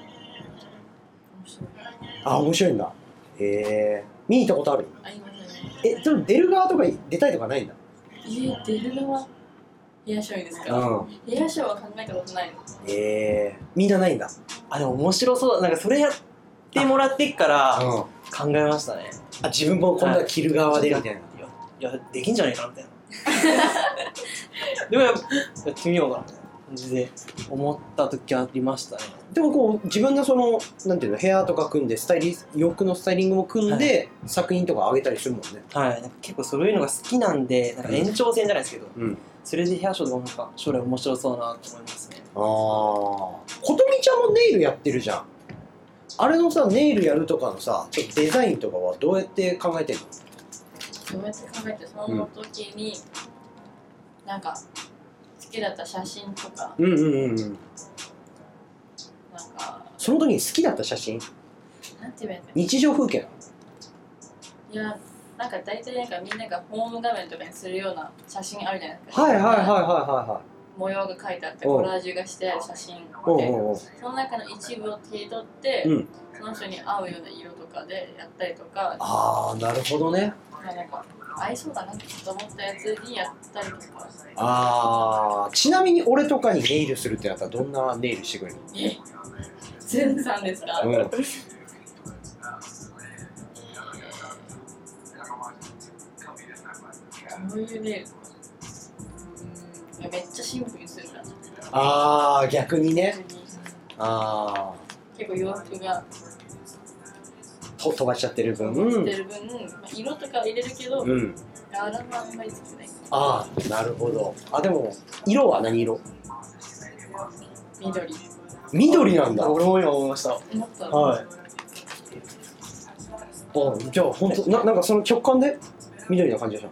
あ、面白いんだ。見に行ったことある？ ありますね。 ちょっと出る側とか出たいとかないんだ。 出る側ヘアショーですか？ヘアショーは考えたことないの。 みんなないんだ。 あ、でも面白そう。なんかそれやってもらってから考えましたね。 あ、自分も今度は着る側でみたいな。 いや、できんじゃないかなみたいな。でもやってみようかなみたいな感じで思った時ありましたね。 でもこう自分のそのなんていうの、ヘアとか組んで洋服のスタイリングも組んで、作品とか上げたりするもんね。 はい、なんか結構そういうのが好きなんで、なんか延長線じゃないですけど、それでヘアショーとかもなんか将来面白そうだなと思いますね。 ことみちゃんもネイルやってるじゃん。あれのさ、ネイルやるとかのさ、ちょっとデザインとかはどうやって考えてんの？ どうやって考えて、その時に、なんか好きだった写真とか、なんかその時に好きだった写真、 なんて言えばいいの？ 日常風景なの？ いや、なんか大体なんかみんながホーム画面とかにするような写真あるじゃないですか。 はいはいはいはいは模様が書いてあってコラージュがしてある写真で、その中の一部を切り取って、その人に合うような色とかでやったりとか。 ああ、なるほどね。 なんか合いそうだなと思ったやつにやったりとか。 ちなみに俺とかにネイルするってなったらどんなネイルしてくれるの？ 全部さんですか？どういうネイル？めっちゃシンプルにするから。 逆にね。 結構洋服が飛ばしちゃってる分、 色とか入れるけど、柄はあんまりつけない。 なるほど。でも色は何色？ 緑。 緑なんだ。 俺も今思いました。はい。 じゃあ本当なんかその直感で緑な感じでしょ？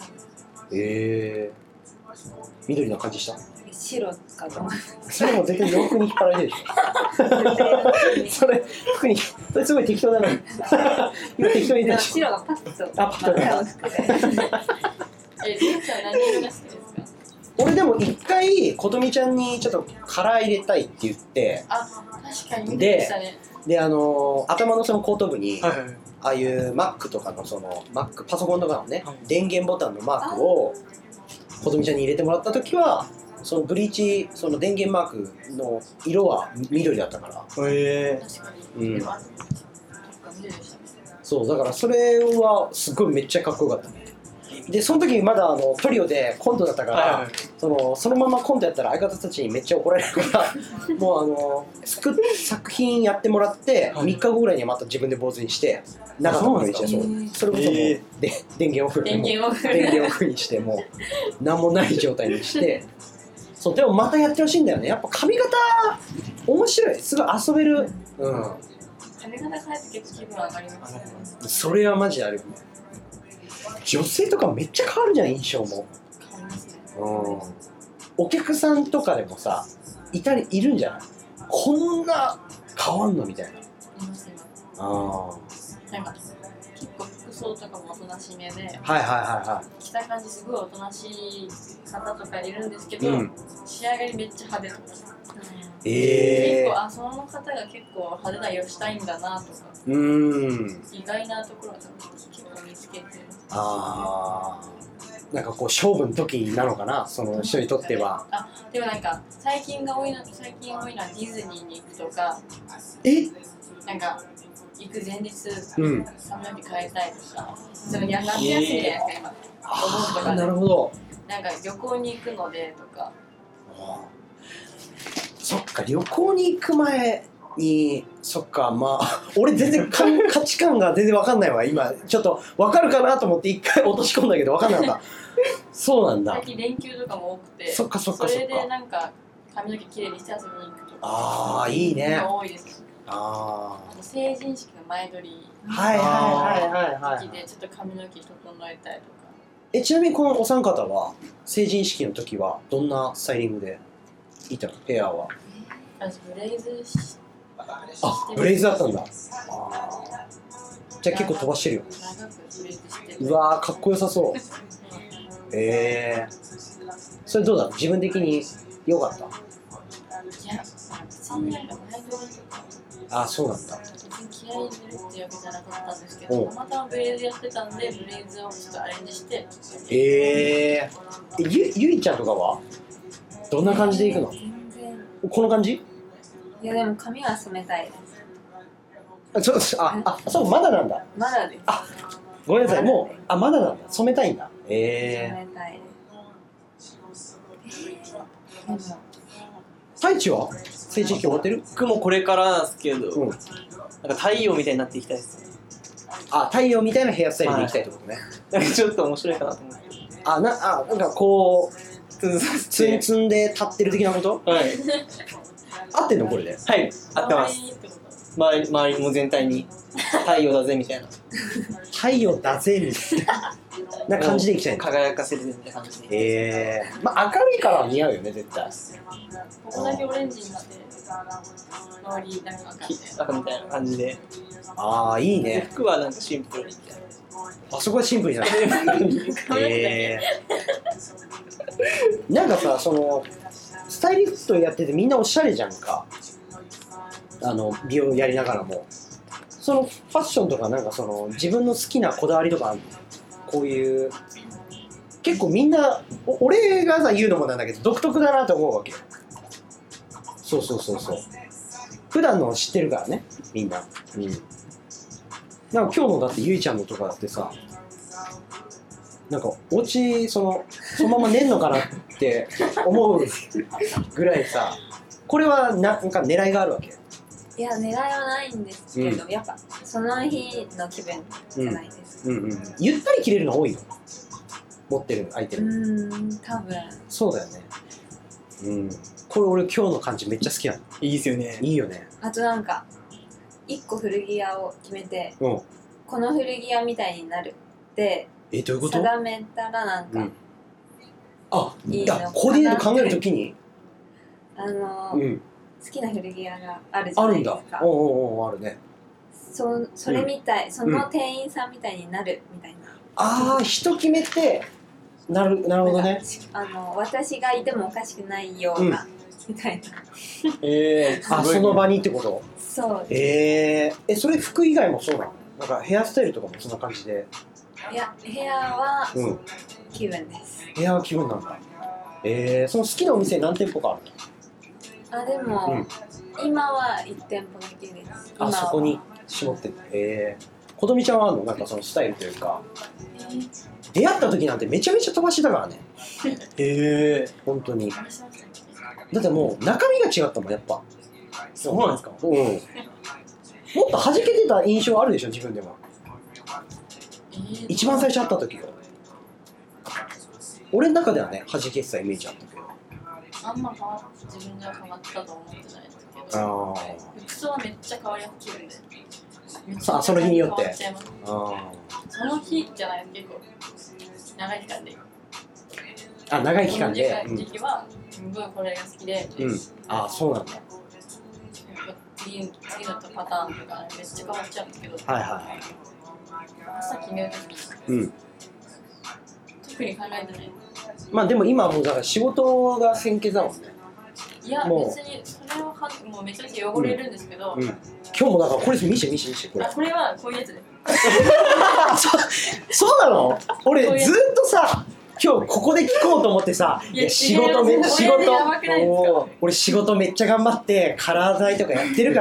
緑な感じした？ 白かと思う。 それも絶対洋服に引っ張られてるでしょ。それ服に、それすごい適当だな。今適当に言ったでしょ。 白がパッとパッとりゅうちゃん何色が好きですか？ 俺でも一回ことみちゃんにちょっとカラー入れたいって言って、 確かに見てましたね。 で頭のその後頭部に、ああいう Mac とかのその Mac パソコンとかのね、電源ボタンのマークをことみちゃんに入れてもらった時はそのブリーチその電源マークの色は緑だったからへえ確かに、 うんでもあそっか緑でしたね。 そうだからそれはすごいめっちゃかっこよかったねでその時まだトリオでコントだったから、 はいはいそのままコントやったら相方たちにめっちゃ怒られるからもう作品やってもらってはい 3日後ぐらいにはまた自分で坊主にして中とかにしてそれこそもうで電源オフ電源オフ電源オフにしてもう何もない状態にしてそうでもまたやってほしいんだよねやっぱ髪型面白いすごい遊べるうん髪型変えて結構気分上がりますね。 それはマジであるよね女性とかめっちゃ変わるじゃん印象も変わりますね。 うんお客さんとかでもさいるんじゃないこんな変わんのみたいな。 いますね。 あなんか結構服装とかもおとなしめで、 はいはいはいは着た感じすごいおとなしい方とかいるんですけど、 うん仕上がりめっちゃ派手とか。 い。 結構その方が結構派手な色したいんだなとか、意外なところを結構見つけて。 あなんかこう勝負の時なのかなその人にとっては。 あでもなんか最近多いのはディズニーに行くとか、 えなんか行く前日うん髪の毛変えたいとか、その夏休みでなんか今お盆とかでなるほど。 なんか旅行に行くのでとか。 そっか旅行に行く前にそっかまあ俺全然価値観が全然わかんないわ今ちょっとわかるかなと思って一回落とし込んだけどわかんなかったそうなんだ最近連休とかも多くて、 そっかそっかそっかそれでなんか髪の毛きれいにして遊びに行くとかああいいね多いです。 あ成人式の前撮りあはいはいはいはいはい時でちょっと髪の毛整えたいとか。 ちなみにこのお三方は成人式の時はどんなスタイリングでいたのヘアは私ブレイズブレイズだったんだじゃあ結構飛ばしてるよ長くブレイズしてうわーかっこよさそうそれどうだ自分的に良かったいや別になんか前撮りとかあそうなんだ別に気合い入れるっていうわけじゃなかったんですけど、たまたまブレイズやってたんでブレイズをちょっとアレンジしてゆいちゃんとかはどんな感じでいくの全然この感じいやでも髪は染めたいですそうまだなんだまだですごめんなさいもうまだなんだ染めたいんだ染めたいですでも太一は成人式終わってる僕もこれからなんですけど、 うんなんか太陽みたいになっていきたいですね。 太陽みたいなヘアスタイルでいきたいってことね、 なんかちょっと面白いかなと思って。 なんかこうツンツンで立ってる的なことはい。 合ってんのこれではい、合ってます。周りも全体に太陽だぜみたいな。 太陽だぜみたいな感じでいきたいんだ輝かせるぜみたいな感じで。 明るいからは似合うよね絶対ここだけオレンジになって周りなんか赤で赤みたいな感じで。 いいね服はなんかシンプルみたいな。 そこはシンプルになるなんかさそのスタイリストやっててみんなおしゃれじゃんか美容やりながらもそのファッションとかなんかその自分の好きなこだわりとかあるのこういう結構みんな俺がさ言うのもなんだけど独特だなと思うわけよそう普段の知ってるからねみんななんか今日のだってゆいちゃんのとかだってさなんかお家そのまま寝んのかなって思うぐらいさこれはなんか狙いがあるわけいや狙いはないんですけど、やっぱその日の気分じゃないですか、 ゆったり着れるの多いの持ってるアイテム多分そうだよねこれ俺今日の感じめっちゃ好きなのいいですよね。 いいよねあとなんか1個古着屋を決めて、 この古着屋みたいになるってどういうこと定めたらなんか、いいのかなコーディネート考えるときに好きな古着屋があるじゃないですか。 あるねそれみたい、その店員さんみたいになるみたいな。 人決めてなるほどね。 私がいてもおかしくないような、みたいな。 その場にってこと。 そうそれ服以外もそうなの？なんかヘアスタイルとかもそんな感じで。 いや、ヘアは気分です。 ヘアは気分なんだ。 その好きなお店何店舗かあるあ、でも、今は1店舗だけです。 あ、そこに絞ってる。ことみちゃんはあるのなんかそのスタイルというか、出会った時なんてめちゃめちゃ飛ばしだからね。本当に。だってもう中身が違ったもん、やっぱ。 そうなんですか？ もっと弾けてた印象あるでしょ、自分でも。一番最初会った時よ。俺の中ではね、弾けてたイメージあったけど。 あんま自分では変わったと思ってないですけど、服装はめっちゃ変わりやすいんで。 さあ、その日によって。 その日じゃない、結構長い期間で。 あ、長い期間で。 時期はすごいこれが好きで。 あ、そうなんだ。 次のパターンとかめっちゃ変わっちゃうんですけど。朝決めるとき。特に考えてない。 まあでも今はもうだから仕事が先決だもんね。 いや、別にそれはもうめちゃめちゃ汚れるんですけど、 今日もだからこれ見せこれ。 これはこういうやつで。 そうなの？俺ずっとさ、今日ここで聞こうと思ってさ、仕事俺仕事めっちゃ頑張ってカラー剤とかやってるから、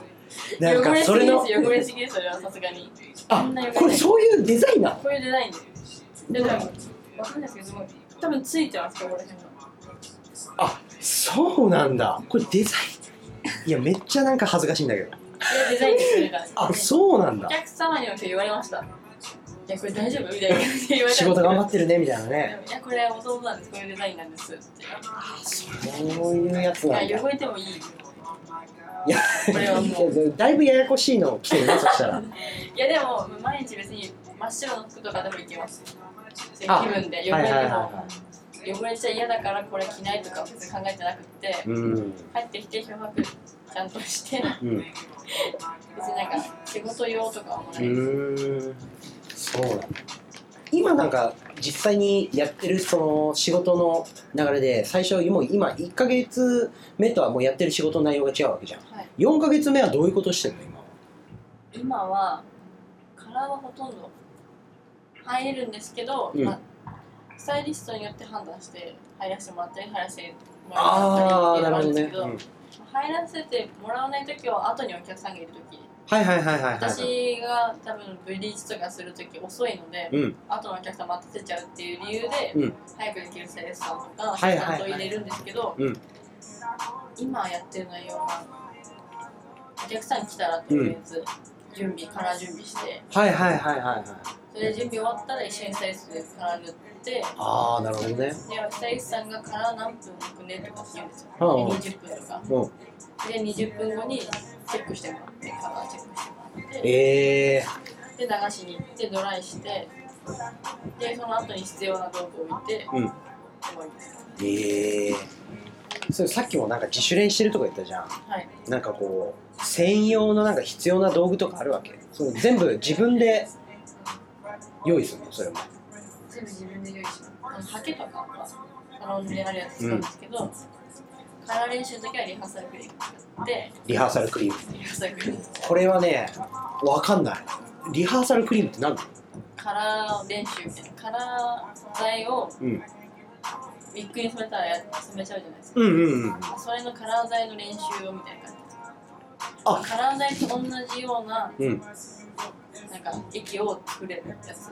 なんかそれの汚れすぎです、それはさすがに。 あ、これそういうデザインなの？ こういうデザインで。でもわかんないですけど、多分ついてますよ、これ。 あ、そうなんだ。これデザイン。いや、めっちゃなんか恥ずかしいんだけど。いや、 デザインですよね。 あ、そうなんだ。 お客様にも今日言われました。いや、これ大丈夫みたいな感じで言われた。 仕事頑張ってるねみたいなね。 いや、これ弟なんです、こういうデザインなんですって。 あ、そういうやつなんだ。 いや、汚れてもいい。 いや、だいぶややこしいの来てるね、そしたら。 いや、でも、毎日別に真っ白の服とかでもいけます。気分で汚れても。汚れちゃ嫌だからこれ着ないとか別に考えてなくて、帰ってきて漂白ちゃんとして、別になんか仕事用とかはもないです。 そうなんだ。今なんか実際にやってるその仕事の流れで最初もう今1ヶ月目とはもうやってる仕事の内容が違うわけじゃん。4ヶ月目はどういうことしてるの今はカラーはほとんど入れるんですけど、スタイリストによって判断して入らせてもらったり入らせてもらったりっていうのがあるんですけど、入らせてもらわないときは後にお客さんがいるとき、私が多分ブリーチとかするとき遅いので、後のお客さん待たせちゃうっていう理由で、早くできるスタイリストさんとかアシスタントを入れるんですけど、今やってる内容はお客さん来たらとりあえずカラー準備して、それで準備終わったら一緒にスタイリストでカラー塗って、 なるほどね。 でスタイリストさんがカラー何分置くねとかって言うんですよ。20分とか。で20分後にチェックしてもらって、カラーチェックしてもらって、で流しに行ってドライして、でその後に必要な道具を置いて、終わりです。 それさっきもなんか自主練してるとか言ったじゃん。なんかこう専用のなんか必要な道具とかあるわけ？その全部自分で用意するの？それも全部自分で用意します。ハケとかはサロンであるやつ使うんですけど、カラー練習の時はリハーサルクリーム使って。リハーサルクリーム。 これはね、わかんない。リハーサルクリームって何？ カラー練習みたいな。カラー剤をウィッグに染めたら染めちゃうじゃないですか。それのカラー剤の練習をみたいな感じです。カラー剤と同じような、なんか液を作れるやつ。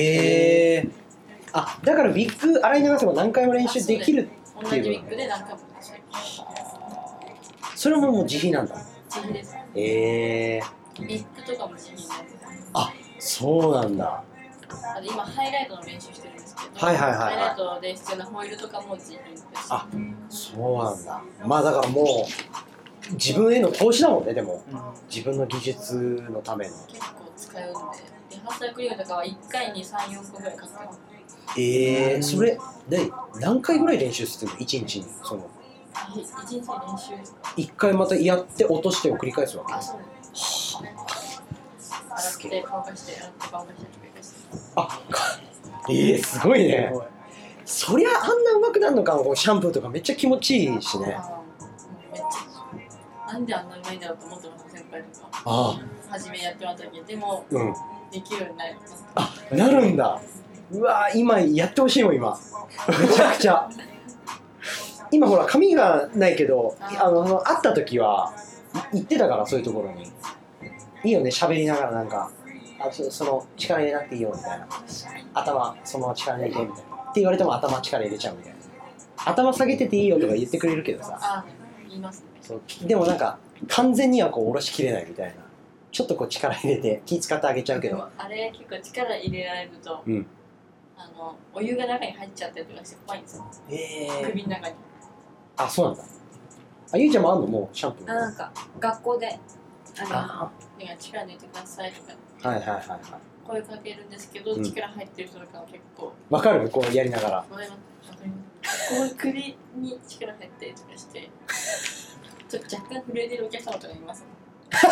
だからウィッグ洗い流せば何回も練習できるっていう。 同じウィッグで何回も練習。 それももう自費なんだ。 自費です。ウィッグとかも自費になる。 そうなんだ。 今ハイライトの練習してるんですけど、 ハイライトで必要なホイールとかも自費です。 そうなんだ。まあだからもう自分への投資だもんね。でも自分の技術のための結構使うんで、リハーサルクリームとかは1回に 3,4 個ぐらい買ってます。 それで何回ぐらい練習するの？1日にその 1日練習 1回またやって落としてを繰り返すわけ？ そうです。洗って乾かして洗って乾かして繰り返す。 すごいね。そりゃあんな上手くなるのか。シャンプーとかめっちゃ気持ちいいしね。 めっちゃなんであんな上手いんだろうと思ってます、先輩とか。初めやってもらった時でも、できるようになる。 なるんだ。うわ今やってほしいもん今。めちゃくちゃ。 今ほら髪がないけど会った時は行ってたから、そういうところにいいよね、喋りながらなんかその力入れなくていいよみたいな、頭その力入れてみたいなって言われても頭力入れちゃうみたいな、頭下げてていいよとか言ってくれるけどさ、 言いますね。 そうでもなんか完全にはこう下ろしきれないみたいな、ちょっとこう力入れて気使ってあげちゃうけど、 あれ結構力入れられると、お湯が中に入っちゃったりとかして怖いんですよ、首の中に。 あ、そうなんだ。ゆいちゃんもあんの？もうシャンプー。 なんか学校で力抜いてくださいとかはいはいはいはい。 声かけるんですけど、力入ってる人とかは結構わかる？こうやりながら。 こう首に力入ってとかしてちょっと若干震えてるお客様とかいますもん。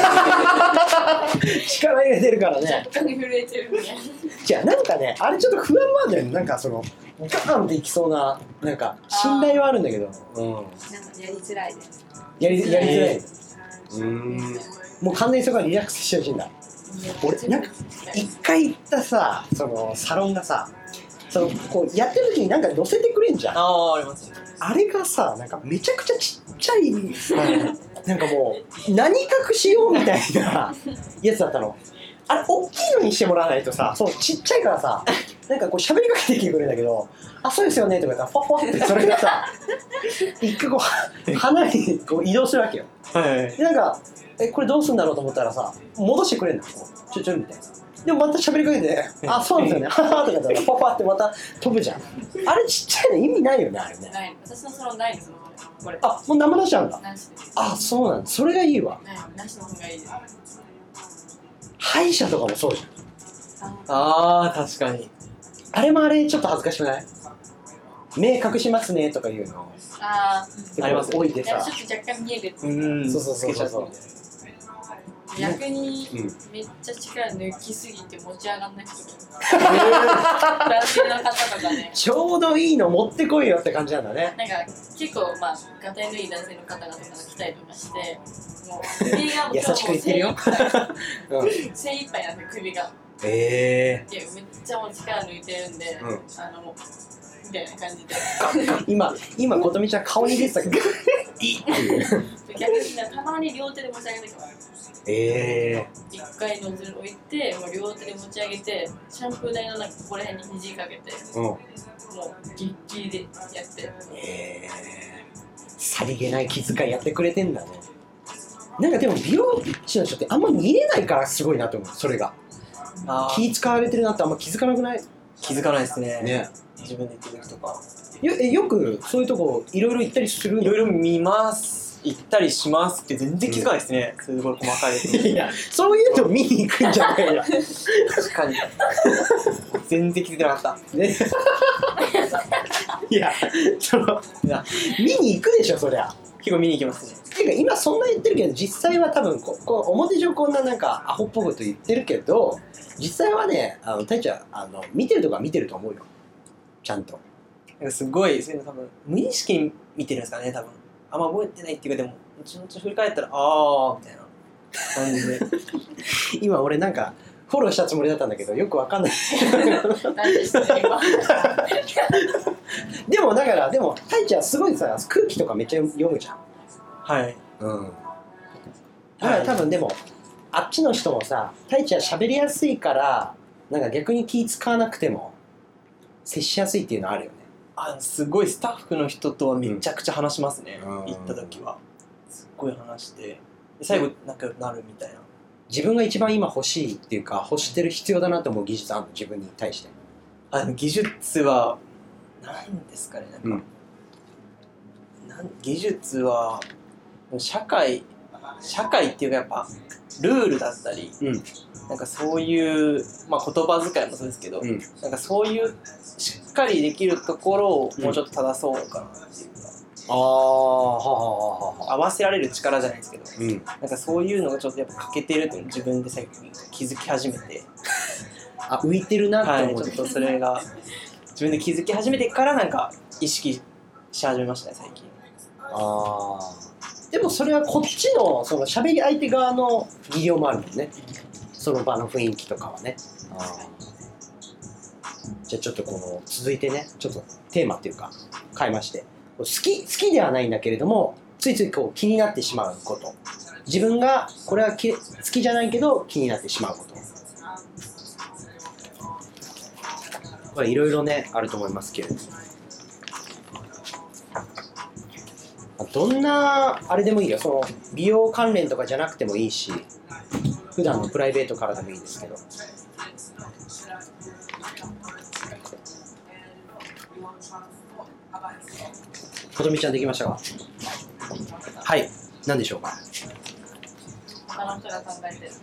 力入れてるからね。 若干震えてるみたいな。 じゃあなんかね、あれちょっと不安もあるんだよね。なんかそのガーンっていきそうな、なんか信頼はあるんだけど、 なんかやりづらいです。 やりづらい。もう完全にそこはリラックスしてほしいんだ。俺なんか一回行ったさ、そのサロンがさ、そのこうやってる時になんか乗せてくれんじゃん。 ありますね。 あれがさ、なんかめちゃくちゃちっちゃいなんかもう何隠しようみたいなやつだったの。あれ大きいのにしてもらわないとさ、そうちっちゃいからさ、なんかこう喋りかけてきてくれるんだけど、あ、そうですよねとか言ったらファファってそれがさ一回こう離れにこう移動するわけよ。でなんかこれどうするんだろうと思ったらさ、戻してくれるんだよ。ちょみたいな。でもまた喋りかけて、あ、そうなんですよね、ははとか言ったらパパってまた飛ぶじゃん。あれちっちゃいの意味ないよね、あれね。 ない、私のサロンないですもんこれ。 あ、もう生なしなんだ。 なしです。 あ、そうなんだ。それがいいわ。 なしの方がいいです。 歯医者とかもそうじゃん。確かに。 あれもあれちょっと恥ずかしくない？目隠しますねとか言うの。 あります置いてさ。 ちょっと若干見える。 そうそう。 逆にめっちゃ力抜きすぎて持ち上がんない人男性の方とかね、 ちょうどいいの持ってこいよって感じなんだね。 なんか結構がたいのいい男性の方々が来たりとかして、もう首が優しく言ってるよ。 精一杯なんですよ、首が。いやめっちゃもう力抜いてるんで、もうみたいな感じで。 今ことみちゃん顔に出てたけどいいっていう。 逆にたまに両手で持ち上げてきます。一回ノズル置いて、もう両手で持ち上げて、シャンプー台のなんかここら辺に肘かけて、もうギッギリでやって。 さりげない気遣いやってくれてんだね。なんかでも美容師の人ってあんま見れないからすごいなと思う。それが気使われてるなってあんま気づかなくない？ 気づかないですね。自分で行ってる時とかよくそういうとこいろいろ行ったりするの？ いろいろ見ます。行ったりしますって全然気づかないですね。そういうところ細かい。 いや、そういうの見に行くんじゃないよ。 確かに。全然気づいてなかった。 ね、いや、見に行くでしょ、そりゃ。 結構見に行きますね。 ていうか今そんな言ってるけど、実際は多分こう表上こんななんかアホっぽいこと言ってるけど、実際はね、たいちゃん見てるとか見てると思うよ。ちゃんと。 すごいそういうの多分無意識に見てるんですかね、多分。あんま覚えてないっていうか、でも後々振り返ったらみたいな感じで今俺なんかフォローしたつもりだったんだけどよくわかんない。でもだからたいちゃんすごいさ、空気とかめっちゃ読むじゃん。 はい。 だから多分でもあっちの人もさ、たいちゃん喋りやすいからなんか逆に気使わなくても接しやすいっていうのあるよね。 すごいスタッフの人とはめちゃくちゃ話しますね。行った時はすっごい話して最後仲良くなるみたいな。 自分が一番今欲しいっていうか欲してる必要だなと思う技術あるの？自分に対して。 技術は何ですかね、技術は社会っていうかやっぱルールだったり、なんかそういう、言葉遣いもそうですけど、なんかそういうしっかりできるところをもうちょっと正そうかなっていうか、合わせられる力じゃないですけど、なんかそういうのがちょっとやっぱ欠けてるっていうのを自分で最近気づき始めて、 浮いてるなって思って、 ちょっとそれが自分で気づき始めてからなんか意識し始めましたね、最近。 でもそれはこっちのその喋り相手側の技量もあるもんね。その場の雰囲気とかはね。じゃあちょっと続いてね、ちょっとテーマっていうか変えまして、 好きではないんだけれどもついついこう気になってしまうこと、自分がこれは好きじゃないけど気になってしまうこと、これいろいろねあると思いますけれども、どんなあれでもいいよ、その美容関連とかじゃなくてもいいし普段のプライベートからでもいいですけど。ことみちゃんできましたか？はい、何でしょうか？ 他の人が考えてる。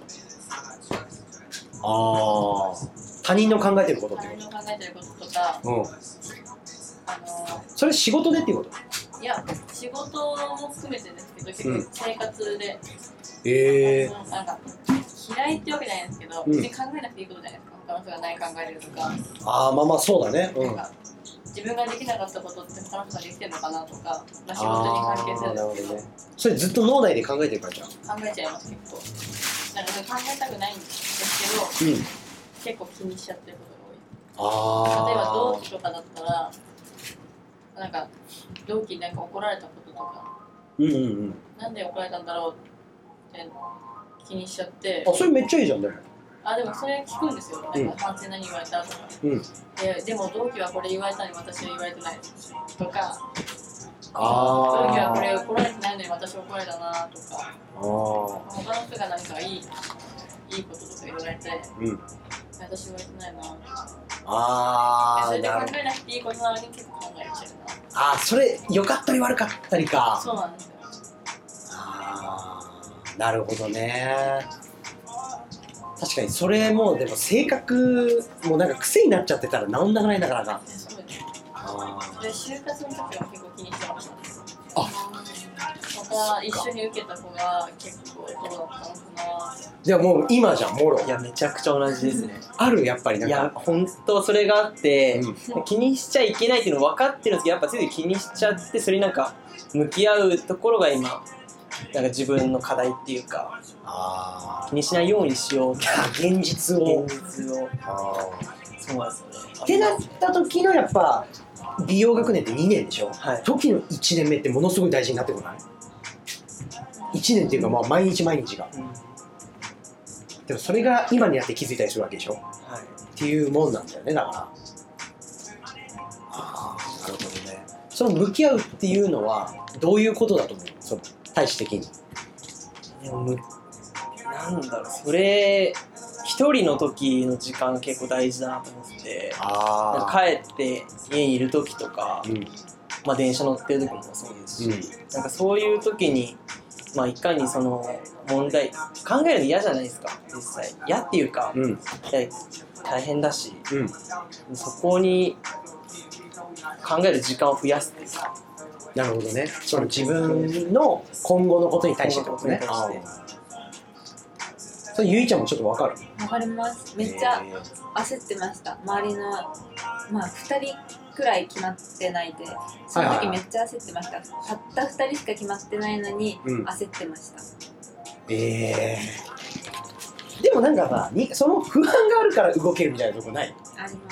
ああ、他人の考えてることってこ他人の考えてることとか、 と？うん。それ仕事でっていうこと？ いや、仕事も含めてですけど、結構生活で、なんか嫌いってわけじゃないんですけど、別に考えなくていいことじゃないですか。他の人が何考えてるとか。 ああ、まあまあそうだね。 なんか自分ができなかったことって他の人ができてるのかなとか、まあ、仕事に関係するんですけど、 それずっと脳内で考えてるからじゃん。 考えちゃいます結構。なんか考えたくないんですけど、結構気にしちゃってることが多い。例えば同期とかだったら、なんか同期になんか怒られたこととか、なんで怒られたんだろうって気にしちゃって。 あ、それめっちゃいいじゃんね。 あ、でもそれ聞くんですよ。なんか反省何言われたとか。でも同期はこれ言われたのに私は言われてないとか。同期はこれ怒られてないのに私は怒られたなとか。他の人が何かいいこととか言われて、私言われてないなとか。それで考えなくていいことなのに結構考えちゃうな。 ああ、それ良かったり悪かったりか。 そうなんですよ。 なるほどね。確かにそれもでも性格もなんか癖になっちゃってたら治んなくないなかなか。 そうです。で就活の時は結構気にしてました。 あ、 また一緒に受けた子が結構どうだったのかな。 じゃあもう今じゃんもろ。 いやめちゃくちゃ同じですね。 あるやっぱりなんか。 いや本当それがあって、気にしちゃいけないっていうの分かってるんですけど、やっぱつい気にしちゃってそれになんか向き合うところが今。なんか自分の課題っていうか、気にしないようにしようって現実を。 そうなんですよね。 ってなった時のやっぱ美容学年って2年でしょ、時の1年目ってものすごい大事になってこない？1年っていうかまあ毎日毎日が、でもそれが今になって気づいたりするわけでしょ、っていうもんなんだよね。だからなるほどね。その向き合うっていうのはどういうことだと思う？その対照的に。 でもなんだろう、それ一人の時の時間結構大事だなと思ってて、なんか帰って家にいる時とか、まあ電車乗ってる時もそうですし、なんかそういう時にまあいかにその問題考えるの嫌じゃないですか実際。嫌っていうか、大変だし、そこに考える時間を増やすっていうか。 なるほどね。その自分の今後のことに対してってことね。それゆいちゃんもちょっと分かる？ 分かります。めっちゃ焦ってました。周りのまあ2人くらい決まってないで、その時めっちゃ焦ってました。たった2人しか決まってないのに焦ってました。 でもなんかさ、その不安があるから動けるみたいなとこない？ あります。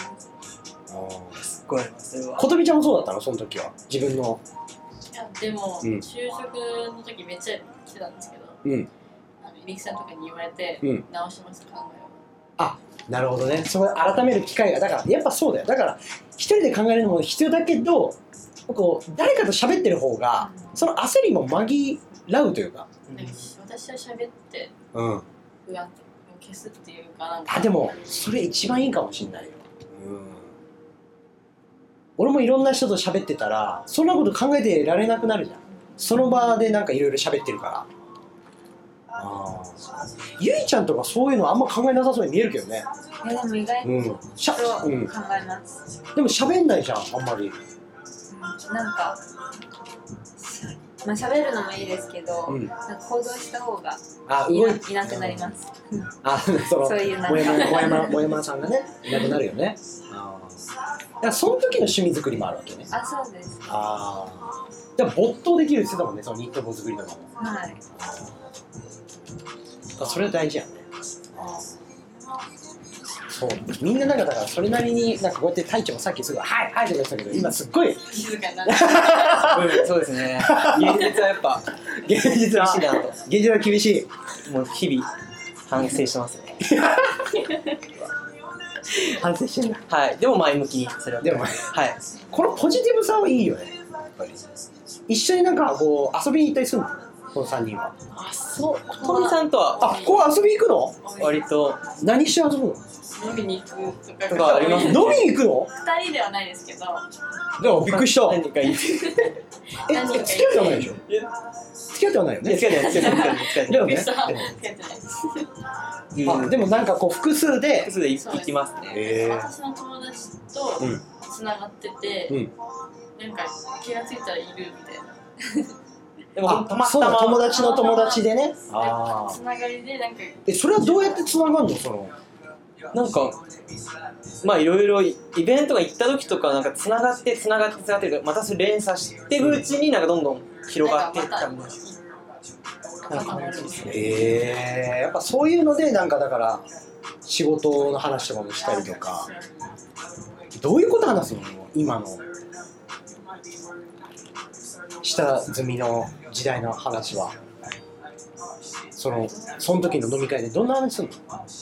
すっごいあります。 ことみちゃんもそうだったの？その時は自分の。 いやでも、就職の時めっちゃ来てたんですけど、入りさんとかに言われて、直しました考えを。 あ、なるほどね。それ改める機会がだからやっぱそうだよ。だから一人で考えるのも必要だけど、こう誰かと喋ってる方が、その焦りも紛らうというか。 私は喋って、不安を消すっていうかなんか。 でもそれ一番いいかもしれないよ。俺もいろんな人と喋ってたらそんなこと考えてられなくなるじゃん。その場でなんかいろいろ喋ってるから。ゆいちゃんとかそういうのあんま考えなさそうに見えるけどね。 いやでも意外と考えます。 でも喋んないじゃんあんまり。 なんかまあ喋るのもいいですけど、なんか行動した方がいなくなります。そういうなんかもやまさんがねいなくなるよね。だからその時の趣味作りもあるわけね。 そうです。 じゃあ没頭できるって言ってたもんね、そのニット帽作りとかも。それは大事やね。 そうみんななんかだからそれなりになんかこうやって太一もさっきすぐはいはいって言ってたけど今すっごい静かになってそうですね。現実はやっぱ現実は厳しいなと。 現実は厳しい。 もう日々反省してますね。 反省してんだ。 はい。でも前向きにそれは。 でもはい。 このポジティブさはいいよね。やっぱり一緒になんかこう遊びに行ったりするのこの3人は。 あ、そう。トミさんとはあ、こう遊び行くの？ 割と何して遊ぶの？ 飲みに行くととかかあります。 飲みに行くの？ 2人ではないですけどでもびっくりした。 何かいい。 付き合ってはないでしょ？付き合ってはないよね。 付き合ってない付き合ってない付き合ってない。 だよね。 びっくりした付き合ってないですあ、でもなんかこう複数で。 複数で行きますね。 私の友達とつながってて、なんか気がついたらいるみたいなでもたまそうだ、 たま友達の友達でね。 つながりでなんかそれはどうやってつながるのその？ なんかまあいろいろイベントが行った時とかなんかつながってまたそれ連鎖していくうちになんかどんどん広がっていったみたいな感じですね。 やっぱそういうのでなんかだから仕事の話とかもしたりとか。どういうこと話すの今の下積みの時代の話は。その時の飲み会でどんな話する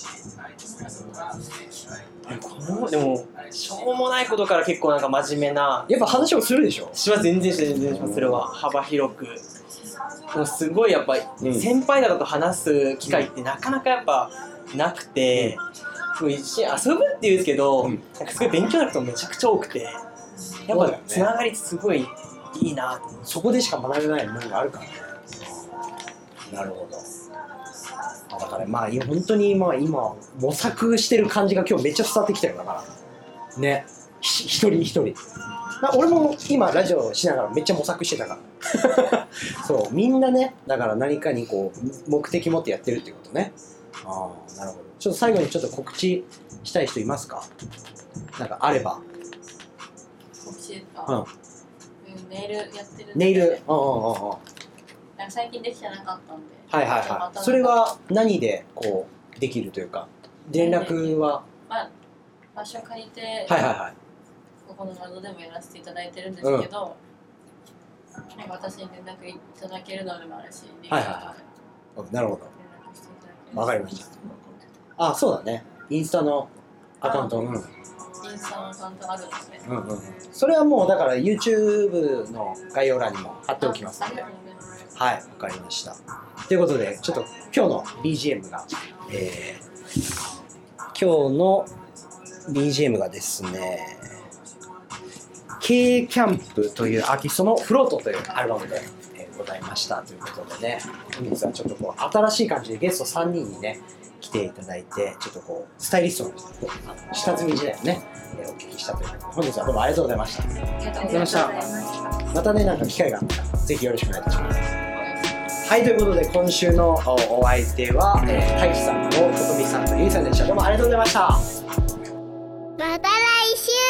の？ でもしょうもないことから結構なんか真面目なやっぱ話をするでしょ？ します全然しますそれは幅広くもうすごいやっぱ先輩方と話す機会ってなかなかやっぱなくて、もう一緒に遊ぶっていうんですけど、なんかすごい勉強になることめちゃくちゃ多くてやっぱつながりすごいいいなと、 そこでしか学べないものがあるからね。なるほど。だからまあ本当に今模索してる感じが今日めっちゃ伝わってきたよ。だからね、一人一人俺も今ラジオしながらめっちゃ模索してたからそうみんなね、だから何かにこう目的持ってやってるってことね。ああ、なるほど。ちょっと最後にちょっと告知したい人いますか？なんかあれば。 告知ですか？ネイルやってるんで。 ネイル、 なんか最近できてなかったんで。 はいはいはい。それは何でこうできるというか、連絡は。 まあ場所借りて、 はいはいはい。 ここの窓でもやらせていただいてるんですけど、なんか私に連絡いただけるのでもあるし、 はいはいはい。なるほど。 連絡していただける。 わかりました。あ、そうだね。インスタのアカウント。 インスタのアカウントあるんですね。 それはもうだから YouTube の概要欄にも貼っておきますので。はい、わかりました。ということで、ちょっと今日の BGM が、今日の BGM がですね、K キャンプというアーティストのフロートというアルバムで、ございましたということでね、本日はちょっとこう新しい感じでゲスト3人にね来ていただいて、ちょっとこうスタイリストの下積み時代をね、お聞きしたということで、本日はどうもありがとうございました。 ありがとうございました。 またね、なんか機会があったらぜひよろしくお願いいたします。はい、ということで今週のお相手は、太一さんとことみさんとゆいさんでした。どうもありがとうございました。 また来週。